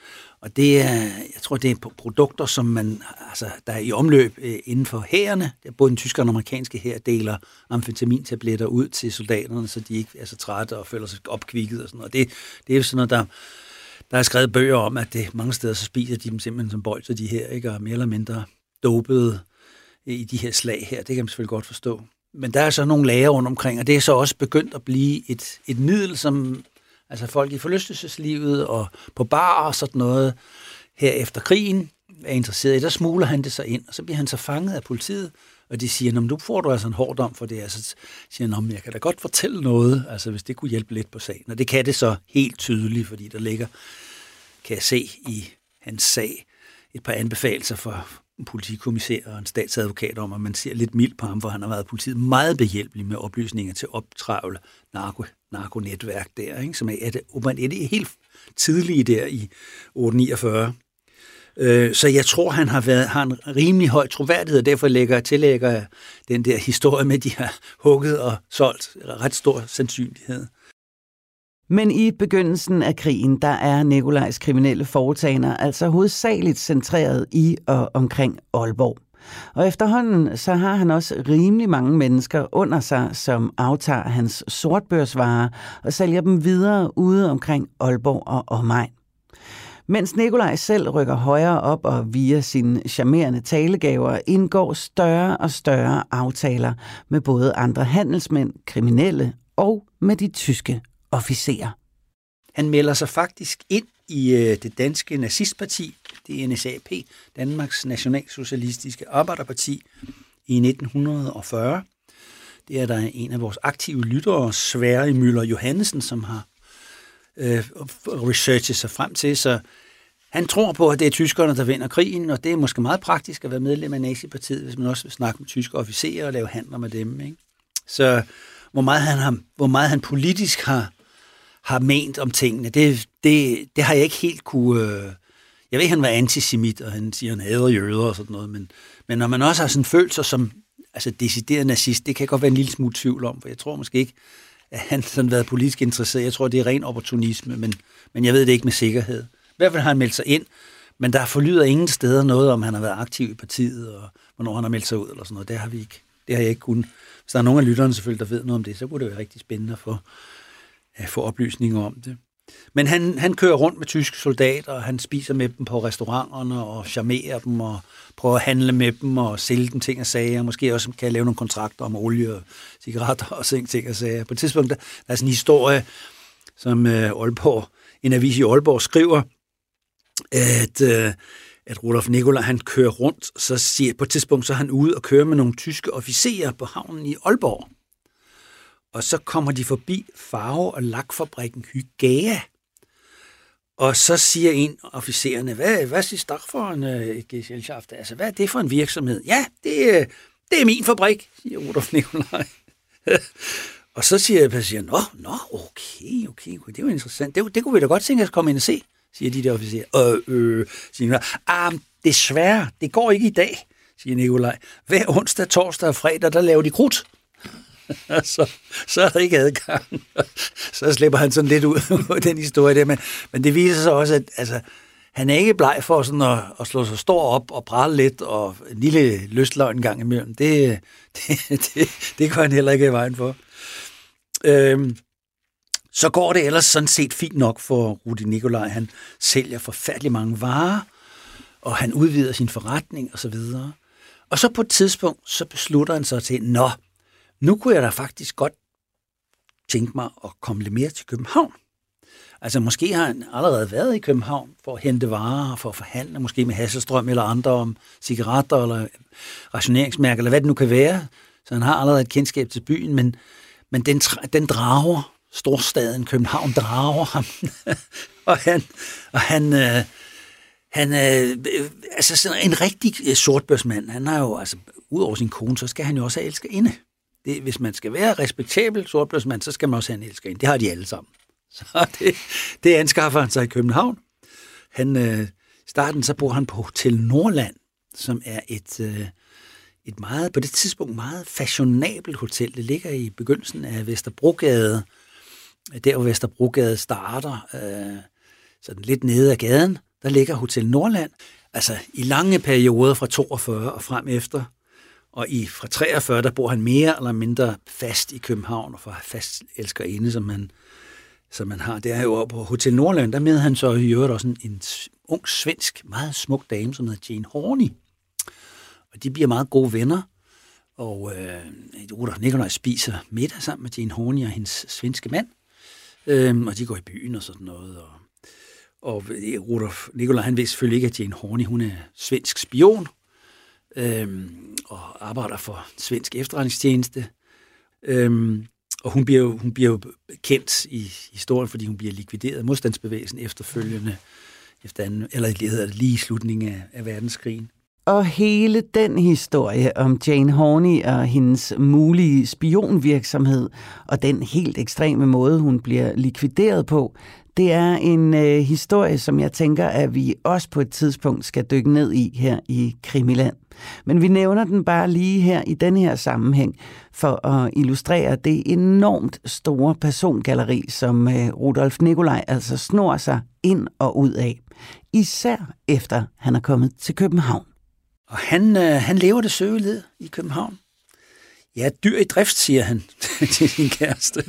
Og det er, jeg tror, det er produkter, som man, altså, der er i omløb øh, inden for hærene. Både den tyske og den amerikanske hær deler amfetamintabletter ud til soldaterne, så de ikke er så trætte og føler sig opkvikket og sådan noget. Det, det er jo sådan noget, der, der er skrevet bøger om, at det mange steder så spiser de dem simpelthen som bolcher, de her, ikke? Og er mere eller mindre dopede i de her slag her. Det kan man selvfølgelig godt forstå. Men der er så nogle lager rundt omkring, og det er så også begyndt at blive et, et middel, som altså folk i forlystelseslivet og på bar og sådan noget her efter krigen er interesseret i. Der smugler han det så ind, og så bliver han så fanget af politiet, og de siger, nu får du altså en hård dom for det. Og så siger han, jeg kan da godt fortælle noget, altså hvis det kunne hjælpe lidt på sagen. Og det kan det så helt tydeligt, fordi der ligger, kan jeg se i hans sag, et par anbefalinger for en politikommissær og en statsadvokat om, at man ser lidt mildt på ham, for han har været politiet meget behjælpelig med oplysninger til at optrævle narko, narkonetværk der, ikke? Som er, er, det, er det helt tidlige der i otte niogfyrre. Øh, så jeg tror, han har, været, har en rimelig høj troværdighed, og derfor lægger, tillægger jeg den der historie med, at de har hugget og solgt ret stor sandsynlighed. Men i begyndelsen af krigen, der er Nikolajs kriminelle foretagender altså hovedsageligt centreret i og omkring Aalborg. Og efterhånden så har han også rimelig mange mennesker under sig, som aftager hans sortbørsvarer og sælger dem videre ude omkring Aalborg og omegn. Mens Nikolaj selv rykker højere op og via sine charmerende talegaver indgår større og større aftaler med både andre handelsmænd, kriminelle og med de tyske officerer. Han melder sig faktisk ind i øh, det danske nazistparti, det er N S A P, Danmarks Nationalsocialistiske Arbejderparti, i nitten fyrre. Det er der en af vores aktive lyttere, Sverre Møller Johansen, som har øh, researchet sig frem til. Så han tror på, at det er tyskerne, der vinder krigen, og det er måske meget praktisk at være medlem af nazipartiet, hvis man også vil snakke med tyske officerer og lave handler med dem, ikke? Så hvor meget han, har, hvor meget han politisk har, har ment om tingene, det, det, det har jeg ikke helt kunne... Øh, jeg ved, han var antisemit, og han siger, han hader jøder og sådan noget, men, men når man også har sådan følt sig som altså decideret nazist, det kan godt være en lille smule tvivl om, for jeg tror måske ikke, at han sådan været politisk interesseret. Jeg tror, det er ren opportunisme, men, men jeg ved det ikke med sikkerhed. I hvert fald har han meldt sig ind, men der forlyder ingen steder noget om, han har været aktiv i partiet, og hvornår han har meldt sig ud, eller sådan noget. Det har vi ikke. Det har jeg ikke kunnet. Hvis der er nogen af lytterne selvfølgelig, der ved noget om det, så kunne det være rigtig spændende at få, at få oplysninger om det. Men han, han kører rundt med tyske soldater, og han spiser med dem på restauranterne, og charmerer dem, og prøver at handle med dem, og sælge dem ting og sager. Måske også kan lave nogle kontrakter om olie og cigaretter og ting og sager. På et tidspunkt, der, der er sådan en historie, som uh, Aalborg, en avis i Aalborg skriver, at, uh, at Rudolf Nikolaj, han kører rundt, så siger, på et tidspunkt, så er han ude og kører med nogle tyske officerer på havnen i Aalborg. Og så kommer de forbi farve- og lakfabrikken Hygæa. Og så siger en af officererne, hvad, hvad siger der for en uh, Gesellschaft? Altså, hvad er det for en virksomhed? Ja, det, det er min fabrik, siger Rudolf Nikolaj. Og så siger passageren, nå, nå, okay, okay, det er jo interessant. Det, det kunne vi da godt tænke os at komme ind og se, siger de der officerer. Øh, øh, siger Nikolaj, ah, desværre, det går ikke i dag, siger Nikolaj. Hver onsdag, torsdag og fredag, der laver de krudt. så, så er der ikke adgang. Så slipper han sådan lidt ud af den historie der. Men, men det viser sig også, at altså, han er ikke bleg for sådan at, at slå sig stor op og prale lidt og en lille lystløgn en gang imellem. Det, det, det, det går han heller ikke i vejen for. Øhm, så går det ellers sådan set fint nok for Rudi Nikolaj. Han sælger forfærdelig mange varer, og han udvider sin forretning og så videre. Og så på et tidspunkt, så beslutter han sig til, nå, nu kunne jeg da faktisk godt tænke mig at komme lidt mere til København. Altså måske har han allerede været i København for at hente varer, for at forhandle, måske med Hasselstrøm eller andre om cigaretter eller rationeringsmærker, eller hvad det nu kan være. Så han har allerede et kendskab til byen, men, men den, den drager, storstaden København drager ham. og han, og han, øh, han øh, altså sådan en rigtig sortbørsmand, han har jo, altså ud over sin kone, så skal han jo også have elskerinde. Det, hvis man skal være respektabel sortbørsmand, så skal man også have en elskerinde. Det har de alle sammen. Så det, det anskaffer han sig i København. Han, øh, starten så bor han på Hotel Nordland, som er et, øh, et meget, på det tidspunkt meget fashionabelt hotel. Det ligger i begyndelsen af Vesterbrogade, der hvor Vesterbrogade starter, øh, sådan lidt nede ad gaden, der ligger Hotel Nordland. Altså i lange perioder fra toogfyrre og frem efter, og i fra treogfyrre, der bor han mere eller mindre fast i København, og for fast elskerinde, som man som man har. Det er jo på Hotel Nordland, der med han så i øvrigt også en, en ung, svensk, meget smuk dame, som hedder Jane Horney. Og de bliver meget gode venner, og øh, Rudolf Nikolaj spiser middag sammen med Jane Horney og hendes svenske mand, øh, og de går i byen og sådan noget, og, og Rudolf Nikolaj, han ved selvfølgelig ikke, at Jane Horney, hun er svensk spion, øh, og arbejder for svensk efterretningstjeneste, øh, Og hun bliver, jo, hun bliver jo kendt i historien, fordi hun bliver likvideret af modstandsbevægelsen efterfølgende, efter anden, eller det hedder det lige i slutningen af, af verdenskrigen. Og hele den historie om Jane Horney og hendes mulige spionvirksomhed, og den helt ekstreme måde, hun bliver likvideret på, det er en øh, historie, som jeg tænker, at vi også på et tidspunkt skal dykke ned i her i Krimiland. Men vi nævner den bare lige her i den her sammenhæng, for at illustrere det enormt store persongalleri, som øh, Rudolf Nikolaj altså snor sig ind og ud af. Især efter han er kommet til København. Og han, øh, han lever det søgeled i København. Ja, dyr i drift, siger han til sin kæreste.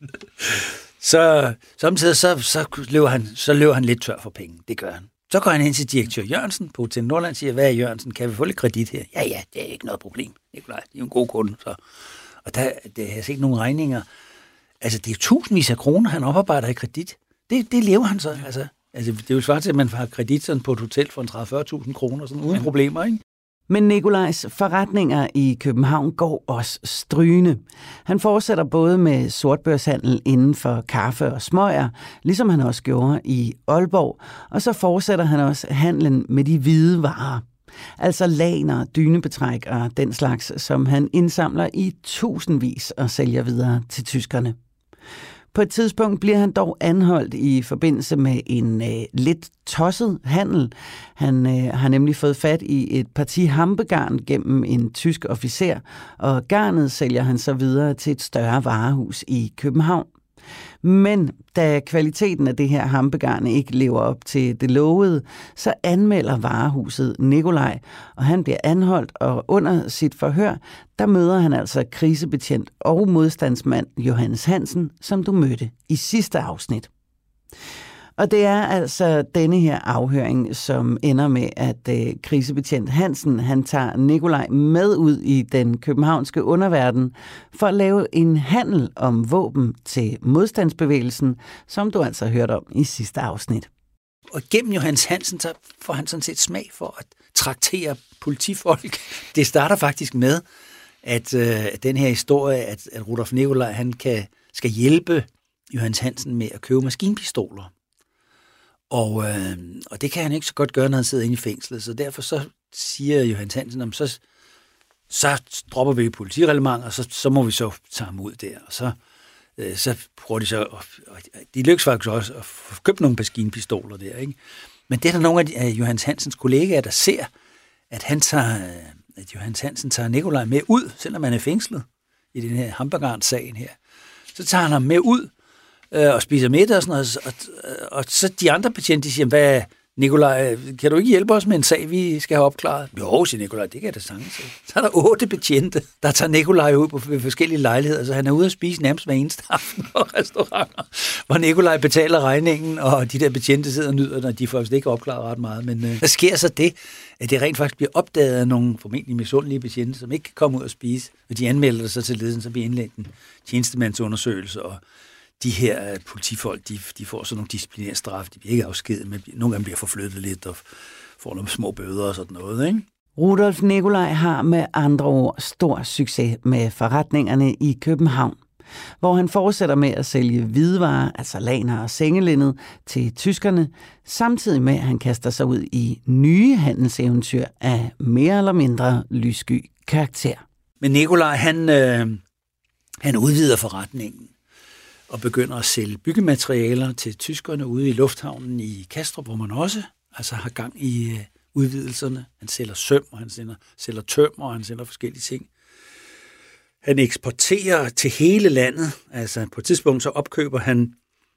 Så samtidig så, så, løber han, så løber han lidt tør for penge. Det gør han. Så går han hen til direktør Jørgensen på Hotel Nordland og siger, hvad er Jørgensen, kan vi få lidt kredit her? Ja, ja, det er ikke noget problem. Nikolaj, det er jo en god kunde. Så. Og der, der har jeg ikke nogen regninger. Altså, det er jo tusindvis af kroner, han oparbejder i kredit. Det, det lever han så. Altså, altså, det er jo svært til, at man har kredit sådan på et hotel for en tredive til fyrre tusind kroner, sådan uden ja. problemer, ikke? Men Nikolajs forretninger i København går også strygende. Han fortsætter både med sortbørshandel inden for kaffe og smøger, ligesom han også gjorde i Aalborg, og så fortsætter han også handlen med de hvide varer. Altså laner, dynebetræk og den slags, som han indsamler i tusindvis og sælger videre til tyskerne. På et tidspunkt bliver han dog anholdt i forbindelse med en øh, lidt tosset handel. Han øh, har nemlig fået fat i et parti hampegarn gennem en tysk officer, og garnet sælger han så videre til et større varehus i København. Men da kvaliteten af det her hampegarn ikke lever op til det lovede, så anmelder varehuset Nikolaj, og han bliver anholdt, og under sit forhør, der møder han altså krisebetjent og modstandsmand Johannes Hansen, som du mødte i sidste afsnit. Og det er altså denne her afhøring, som ender med, at øh, krisebetjent Hansen, han tager Nikolaj med ud i den københavnske underverden for at lave en handel om våben til modstandsbevægelsen, som du altså hørte om i sidste afsnit. Og gennem Johannes Hansen, så får han sådan set smag for at traktere politifolk. Det starter faktisk med, at øh, den her historie, at, at Rudolf Nikolaj, han kan, skal hjælpe Johannes Hansen med at købe maskinpistoler. Og, øh, og det kan han ikke så godt gøre, når han sidder inde i fængslet. Så derfor så siger Johannes Hansen, om så, så dropper vi politireglement, og så, så må vi så tage ham ud der. Og så, øh, så prøver de så, og, og de lykkes faktisk også at få købt nogle maskinpistoler der, ikke? Men det er der nogle af, de, af Johannes Hansens kollegaer, der ser, at han tager, at Johannes Hansen tager Nikolaj med ud, selvom han er fængslet i den her Hamburgern-sagen her. Så tager han ham med ud øh, og spiser middag og sådan noget, og, og, og så de andre betjente, de siger, hvad, Nikolaj, kan du ikke hjælpe os med en sag, vi skal have opklaret? Jo, siger Nikolaj, det kan jeg da sagtens. Så er der otte betjente, der tager Nikolaj ud på forskellige lejligheder, så han er ude at spise nærmest hver eneste aften på restauranter, hvor Nikolaj betaler regningen, og de der betjente sidder og nyder, når de får vist ikke opklaret ret meget. Men øh, der sker så det, at det rent faktisk bliver opdaget af nogle formentlig misundelige betjente, som ikke kan komme ud og spise, og de anmelder det så til ledelsen, så bliver indlægt en tjenestemandsundersøgelse, og de her uh, politifolk, de, de får sådan nogle disciplinære straf, de bliver ikke afskedet, men nogle af dem bliver forflyttet lidt og får nogle små bøder og sådan noget, ikke? Rudolf Nikolaj har med andre ord stor succes med forretningerne i København, hvor han fortsætter med at sælge hvidevarer, altså laner og sengelinned, til tyskerne, samtidig med at han kaster sig ud i nye handelseventyr af mere eller mindre lyssky karakter. Men Nikolaj, han, øh, han udvider forretningen og begynder at sælge byggematerialer til tyskerne ude i lufthavnen i Kastrup, hvor man også altså, har gang i uh, udvidelserne. Han sælger søm, og han sælger, sælger tømmer, og han sælger forskellige ting. Han eksporterer til hele landet. Altså på et tidspunkt så opkøber han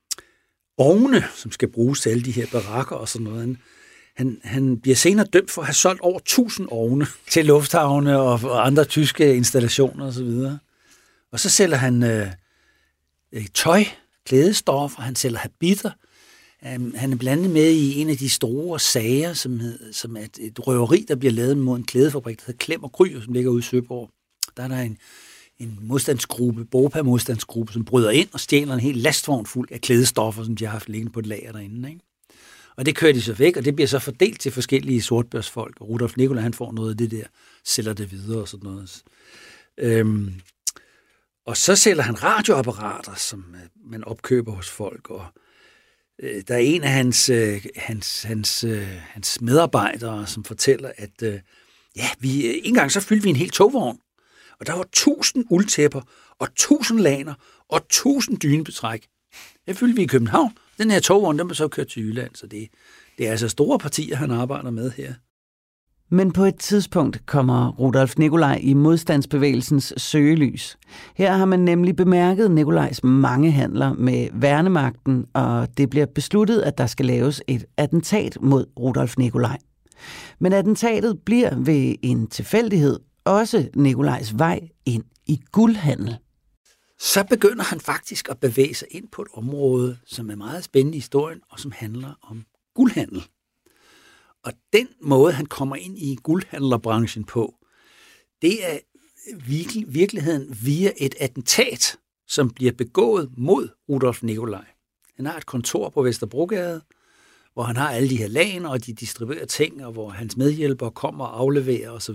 ovne, som skal bruges til alle de her barakker og sådan noget. Han, han, han bliver senere dømt for at have solgt over tusind ovne til lufthavne og, og andre tyske installationer osv. Og, og så sælger han øh, tøj, klædestoffer, han sælger habitter. Um, han er blandet med i en af de store sager, som, hed, som er et, et røveri, der bliver lavet mod en klædefabrik, der hedder Klem og Kryer, som ligger ude i Søborg. Der er der en, en modstandsgruppe, Bopa-modstandsgruppe, som bryder ind og stjæler en hel lastvogn fuld af klædestoffer, som de har haft liggende på et lager derinde, ikke? Og det kører de så væk, og det bliver så fordelt til forskellige sortbørsfolk, og Rudolf Nikolaj, han får noget af det der, sælger det videre og sådan noget. Øhm, og så sælger han radioapparater, som man opkøber hos folk, og øh, der er en af hans, øh, hans, hans, øh, hans medarbejdere, som fortæller, at øh, ja, vi, øh, en gang så fyldte vi en hel togvogn, og der var tusind uldtæpper, og tusind laner, og tusind dynebetræk. Det fyldte vi i København. Den her togvogn, den blev så kørt til Jylland, så det, det er altså store partier, han arbejder med her. Men på et tidspunkt kommer Rudolf Nikolaj i modstandsbevægelsens søgelys. Her har man nemlig bemærket Nikolajs mange handler med værnemagten, og det bliver besluttet, at der skal laves et attentat mod Rudolf Nikolaj. Men attentatet bliver ved en tilfældighed også Nikolajs vej ind i guldhandel. Så begynder han faktisk at bevæge sig ind på et område, som er meget spændende i historien, og som handler om guldhandel. Og den måde, han kommer ind i guldhandlerbranchen på, det er virkelig, virkeligheden via et attentat, som bliver begået mod Rudolf Nikolaj. Han har et kontor på Vesterbrogade, hvor han har alle de her lager, og de distribuerer ting, og hvor hans medhjælpere kommer og afleverer osv.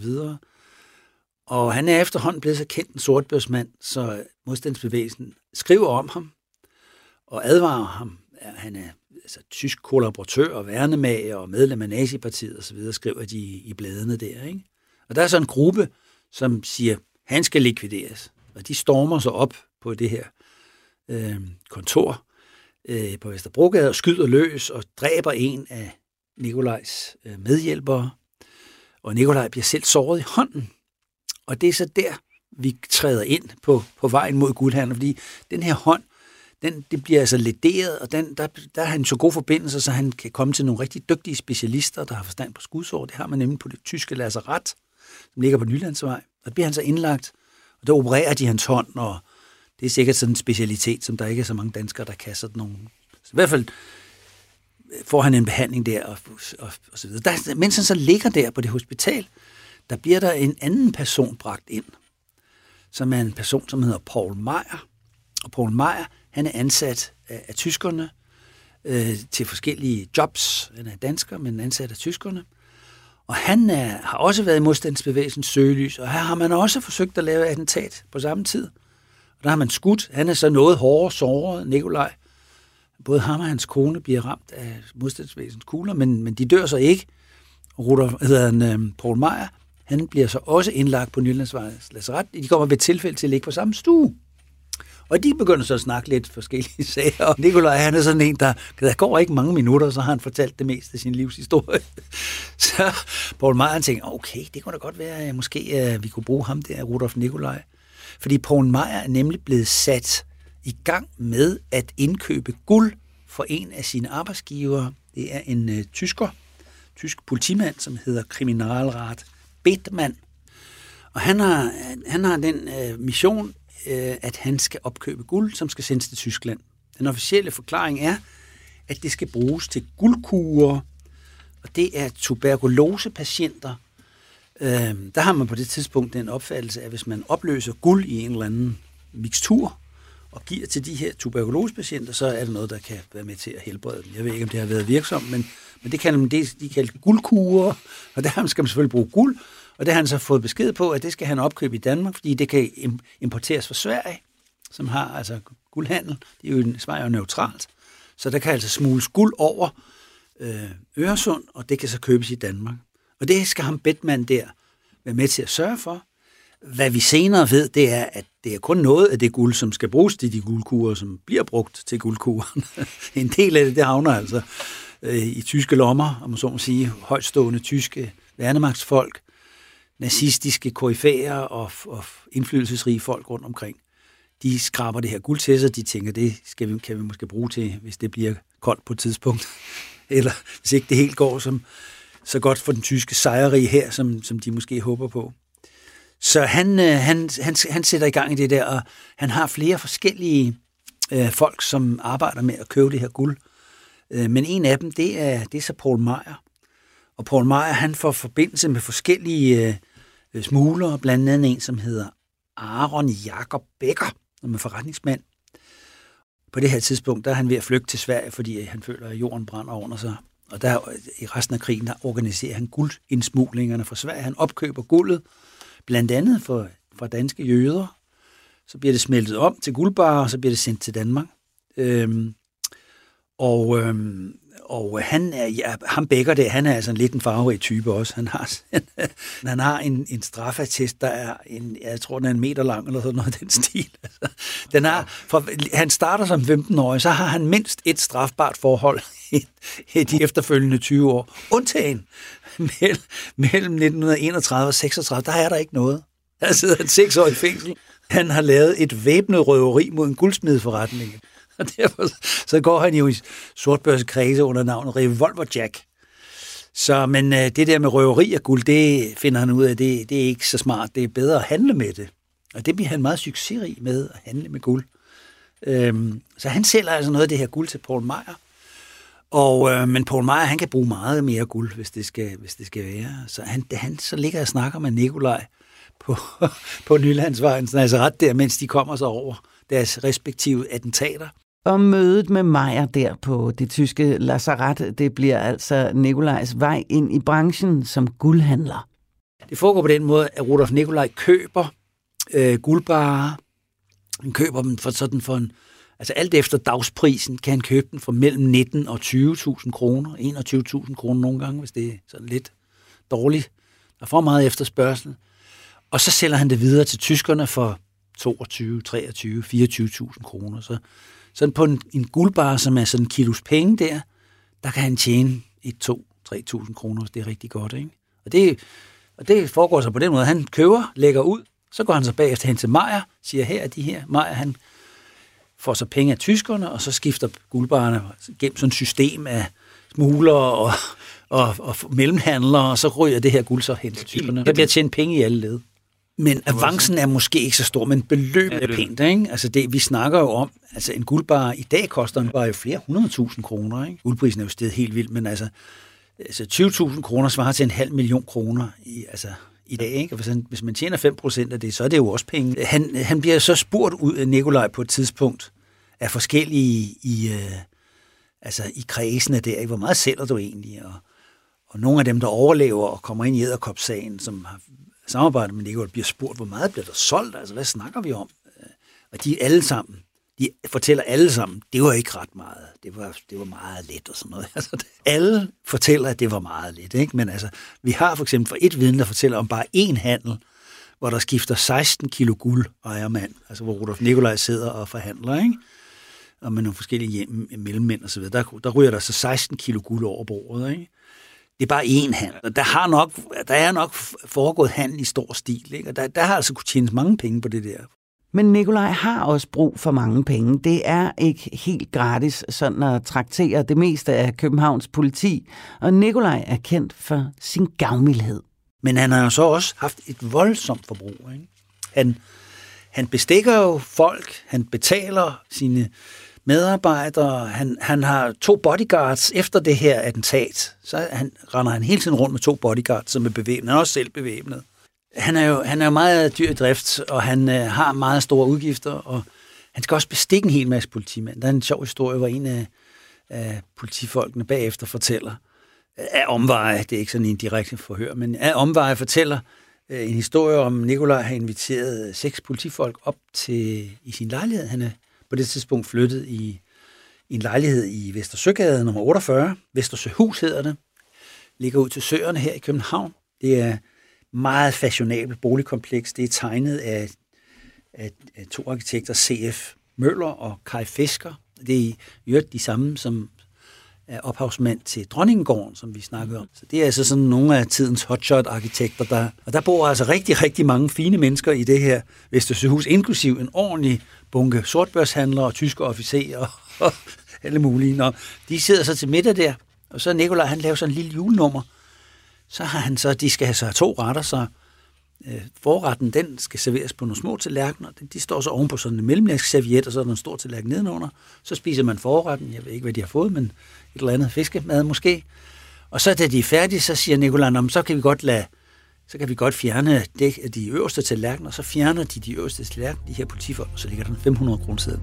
Og han er efterhånden blevet så kendt en sortbørsmand, så modstandsbevægelsen skriver om ham og advarer ham. Han er altså, tysk kollaboratør og værnemager og medlem af Nazipartiet osv., skriver de i bladene der, ikke? Og der er så en gruppe, som siger, han skal likvideres. Og de stormer så op på det her øh, kontor øh, på Vesterbrogade og skyder løs og dræber en af Nikolajs øh, medhjælpere. Og Nikolaj bliver selv såret i hånden. Og det er så der, vi træder ind på, på vejen mod guldhandel, fordi den her hånd, den, det bliver altså lederet, og den, der, der har han så gode forbindelser, så han kan komme til nogle rigtig dygtige specialister, der har forstand på skudsår. Det har man nemlig på det tyske lazaret, som ligger på Nylandsvej. Og der bliver han så indlagt, og der opererer de hans hånd, og det er sikkert sådan en specialitet, som der ikke er så mange danskere, der kan sådan nogle. Så i hvert fald får han en behandling der, og, og, og så videre. Der, mens han så ligger der på det hospital, der bliver der en anden person bragt ind, som er en person, som hedder Paul Meyer. Og Paul Meyer, han er ansat af, af tyskerne øh, til forskellige jobs. Han er dansker, men ansat af tyskerne. Og han er, har også været i modstandsbevægelsens søgelys, og her har man også forsøgt at lave et attentat på samme tid. Og der har man skudt. Han er så noget hårdere såret, Nikolaj. Både ham og hans kone bliver ramt af modstandsbevægelsens kugler, men, men de dør så ikke. Rudolf, hedder han, øh, Poul Meyer, han bliver så også indlagt på Nylandsvejens lazaret. De kommer ved et tilfælde til at ligge på samme stue. Og de begynder så at snakke lidt forskellige sager. Og Nikolaj, han er sådan en, der, der går ikke mange minutter, så har han fortalt det meste af sin livshistorie. Så Poul Meyer, han tænker, okay, det kunne da godt være, at måske at vi kunne bruge ham der, Rudolf Nikolaj. Fordi Poul Meyer er nemlig blevet sat i gang med at indkøbe guld for en af sine arbejdsgivere. Det er en uh, tysker, tysk politimand, som hedder Kriminalrat Bethmann. Og han har, han har den uh, mission, uh, at han skal opkøbe guld, som skal sendes til Tyskland. Den officielle forklaring er, at det skal bruges til guldkurer, og det er tuberkulosepatienter. Uh, der har man på det tidspunkt den opfattelse, at hvis man opløser guld i en eller anden mixtur, og giver til de her tuberkulosepatienter, så er det noget, der kan være med til at helbrede dem. Jeg ved ikke, om det har været virksomt, men, men det kan de, de kalder guldkurer, og der skal man selvfølgelig bruge guld, og det har han så fået besked på, at det skal han opkøbe i Danmark, fordi det kan importeres fra Sverige, som har altså guldhandel. Det er jo, Sverige er jo neutralt, så der kan altså smugles guld over øh, Øresund, og det kan så købes i Danmark. Og det skal ham Bethmann der være med til at sørge for. Hvad vi senere ved, det er, at det er kun noget af det guld, som skal bruges til de guldkurer, som bliver brugt til guldkuren. En del af det, det havner altså øh, i tyske lommer, om man så må sige, højtstående tyske værnemagtsfolk, nazistiske koryfæer og, og indflydelsesrige folk rundt omkring. De skraber det her guld til sig, de tænker, det skal vi, kan vi måske bruge til, hvis det bliver koldt på et tidspunkt. Eller hvis ikke det helt går som, så godt for den tyske sejrige her, som, som de måske håber på. Så han, han, han, han sætter i gang i det der, og han har flere forskellige øh, folk, som arbejder med at købe det her guld. Øh, men en af dem, det er, det er så Poul Meyer. Og Poul Meyer, han får forbindelse med forskellige øh, smuglere, blandt andet en, som hedder Aron Jakob Becker, som er forretningsmand. På det her tidspunkt, der er han ved at flygte til Sverige, fordi han føler, at jorden brænder under sig. Og der i resten af krigen, der organiserer han guldindsmuglingerne fra Sverige. Han opkøber guldet, blandt andet for, for danske jøder. Så bliver det smeltet om til guldbarer, og så bliver det sendt til Danmark. Øhm, og, øhm, og han er, ja, ham Becker der, han er altså en lidt en farverig type også. Han har, han har en, en straffeattest, der er en, jeg tror, den er en meter lang, eller sådan noget af den stil. Altså, den er, for, han starter som femten-årig, så har han mindst et strafbart forhold i, i de efterfølgende tyve år. Undtagen mellem nitten enogtredive og seksogtredive, der er der ikke noget. Der sidder han seks år i fængsel. Han har lavet et væbnet røveri mod en guldsmedeforretning. Og derfor så går han jo i sortbørsekredse under navnet Revolver Jack. Så, men øh, det der med røveri af guld, det finder han ud af, det, det er ikke så smart. Det er bedre at handle med det. Og det bliver han meget succesrig med, at handle med guld. Øhm, så han sælger altså noget af det her guld til Poul Meyer. Og, øh, men Poul Meyer, han kan bruge meget mere guld, hvis det skal, hvis det skal være. Så han, han så ligger og snakker med Nikolaj på, på Nylandsvejens lazaret der, mens de kommer så over deres respektive attentater. Og mødet med Meyer der på det tyske lazaret, det bliver altså Nikolajs vej ind i branchen som guldhandler. Det foregår på den måde, at Rudolf Nikolaj køber øh, guldbarer. Han køber dem for sådan for en, altså alt efter dagsprisen kan han købe den for mellem nitten og tyve tusind kroner, enogtyve tusind kroner nogle gange, hvis det er sådan lidt dårligt. Der er for meget efterspørgsel. Og så sælger han det videre til tyskerne for toogtyve, treogtyve, fireogtyve tusind kroner. Så sådan på en, en guldbar, som er sådan en kilos penge der, der kan han tjene et, to, tre tusind kroner, hvis det er rigtig godt, ikke? Og det, og det foregår så på den måde, han køber, lægger ud, så går han så bagefter hen til Meyer, siger, her er de her. Meyer, han får så penge af tyskerne, og så skifter guldbarerne gennem sådan et system af smuglere og, og, og mellemhandlere, og så ryger det her guld så hen til tyskerne. Der bliver tjent penge i alle led. Men avancen er måske ikke så stor, men beløbet er pænt, ikke? Altså det, vi snakker jo om, altså en guldbar i dag koster en bare jo flere hundrede tusind kroner, ikke? Guldprisen er jo steget helt vildt, men altså, altså tyve tusind kroner svarer til en halv million kroner i, altså, i dag, ikke? Hvis, han, hvis man tjener fem procent af det, så er det jo også penge. Han, han bliver så spurgt ud af Nikolaj på et tidspunkt af forskellige i, øh, altså i kredsene der, ikke? Hvor meget sælger du egentlig? Og, og nogle af dem, der overlever og kommer ind i Edderkop-sagen, som har samarbejdet med Nikolaj, bliver spurgt, hvor meget bliver der solgt? Altså, hvad snakker vi om? Og de alle sammen de fortæller alle sammen, det var ikke ret meget. Det var, det var meget let og sådan noget. Altså, det, alle fortæller, at det var meget let, ikke? Men altså, vi har for eksempel for et vidne, der fortæller om bare én handel, hvor der skifter seksten kilo guld ejermand, altså hvor Rudolf Nikolaj sidder og forhandler, ikke? Og med nogle forskellige hjem, mellemmænd og så videre. Der, der ryger der så seksten kilo guld over bordet, ikke? Det er bare én handel. Der, har nok, der er nok foregået handel i stor stil, ikke? Og der, der har altså kunne tjene mange penge på det der. Men Nikolaj har også brug for mange penge. Det er ikke helt gratis sådan at traktere det meste af Københavns politi, og Nikolaj er kendt for sin gavmildhed. Men han har jo så også haft et voldsomt forbrug, ikke? Han, han bestikker jo folk, han betaler sine medarbejdere, han, han har to bodyguards efter det her attentat. Så han, render han hele tiden rundt med to bodyguards, som er bevæbnet. Han er også selv bevæbnet. Han er jo, han er jo meget dyr i drift, og han øh, har meget store udgifter, og han skal også bestikke en hel masse politimænd. Der er en sjov historie, hvor en af, af politifolkene bagefter fortæller, af omveje, det er ikke sådan en direkte forhør, men af omveje fortæller øh, en historie om, Nikolaj har inviteret seks politifolk op til i sin lejlighed. Han er på det tidspunkt flyttet i, i en lejlighed i Vestersøgade nummer otteogfyrre. Vestersøhus hedder det. Ligger ud til søerne her i København. Det er meget fashionabelt boligkompleks. Det er tegnet af, af, af to arkitekter, C F Møller og Kai Fisker. Det er i øvrigt de samme, som er ophavsmand til Dronningegården, som vi snakkede om. Så det er altså sådan nogle af tidens hotshot-arkitekter, der, og der bor altså rigtig, rigtig mange fine mennesker i det her Vestersøhus, inklusiv en ordentlig bunke sortbørshandlere og tyske officerer og, og alle mulige. Nå, de sidder så til middag der, og så Nikolaj, han laver sådan en lille julenummer. Så har han så, de skal have så to retter, så øh, forretten, den skal serveres på nogle små tallerkener. De står så oven på sådan en mellemlægserviet, og så er der en stor tallerken nedenunder. Så spiser man forretten, jeg ved ikke, hvad de har fået, men et eller andet fiskemad måske. Og så da de er færdige, så siger Nikolaj, så kan vi godt lade, så kan vi godt fjerne det, de øverste tallerkener, og så fjerner de de øverste tallerkener, de her politifolk, og så ligger der en fem hundrede kroner siden.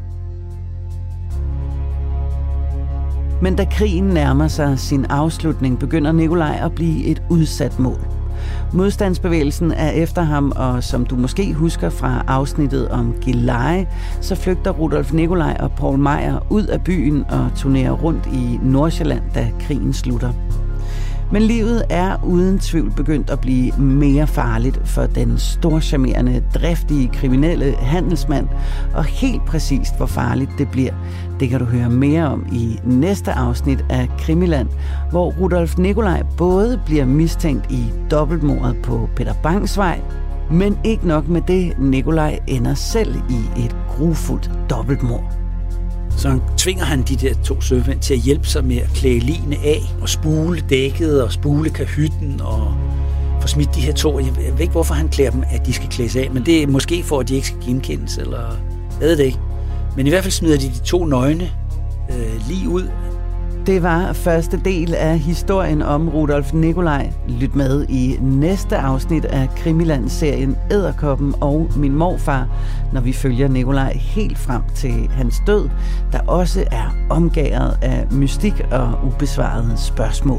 Men da krigen nærmer sig sin afslutning, begynder Nikolaj at blive et udsat mål. Modstandsbevægelsen er efter ham, og som du måske husker fra afsnittet om Gilleleje, så flygter Rudolf Nikolaj og Poul Meyer ud af byen og turnerer rundt i Nordsjælland, da krigen slutter. Men livet er uden tvivl begyndt at blive mere farligt for den storcharmerende, driftige, kriminelle handelsmand, og helt præcist hvor farligt det bliver, det kan du høre mere om i næste afsnit af Krimiland, hvor Rudolf Nikolaj både bliver mistænkt i dobbeltmordet på Peter Bangs Vej, men ikke nok med det, Nikolaj ender selv i et grufuldt dobbeltmord. Så tvinger han de der to sømænd til at hjælpe sig med at klæde ligene af og spule dækket og spule kahytten og få smidt de her to. Jeg ved ikke, hvorfor han klæder dem, at de skal klædes af, men det er måske for, at de ikke skal genkendes, eller jeg ved det ikke. Men i hvert fald smider de de to nøgne øh, lige ud. Det var første del af historien om Rudolf Nikolaj. Lyt med i næste afsnit af Krimiland-serien Edderkoppen og Min Morfar, når vi følger Nikolaj helt frem til hans død, der også er omgærdet af mystik og ubesvarede spørgsmål.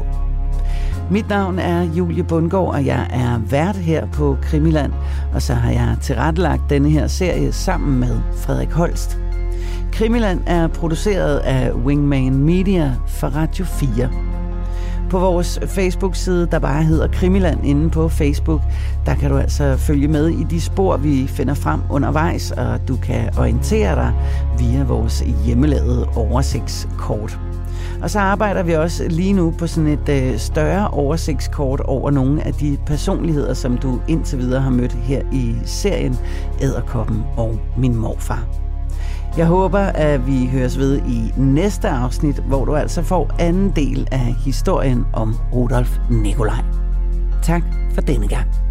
Mit navn er Julie Bundgaard, og jeg er vært her på Krimiland, og så har jeg tilrettelagt denne her serie sammen med Frederik Holst. Krimiland er produceret af Wingman Media for Radio fire. På vores Facebook-side, der bare hedder Krimiland inde på Facebook, der kan du altså følge med i de spor, vi finder frem undervejs, og du kan orientere dig via vores hjemmelavede oversigtskort. Og så arbejder vi også lige nu på sådan et øh, større oversigtskort over nogle af de personligheder, som du indtil videre har mødt her i serien Edderkoppen og Min Morfar. Jeg håber, at vi høres ved i næste afsnit, hvor du altså får anden del af historien om Rudolf Nikolaj. Tak for denne gang.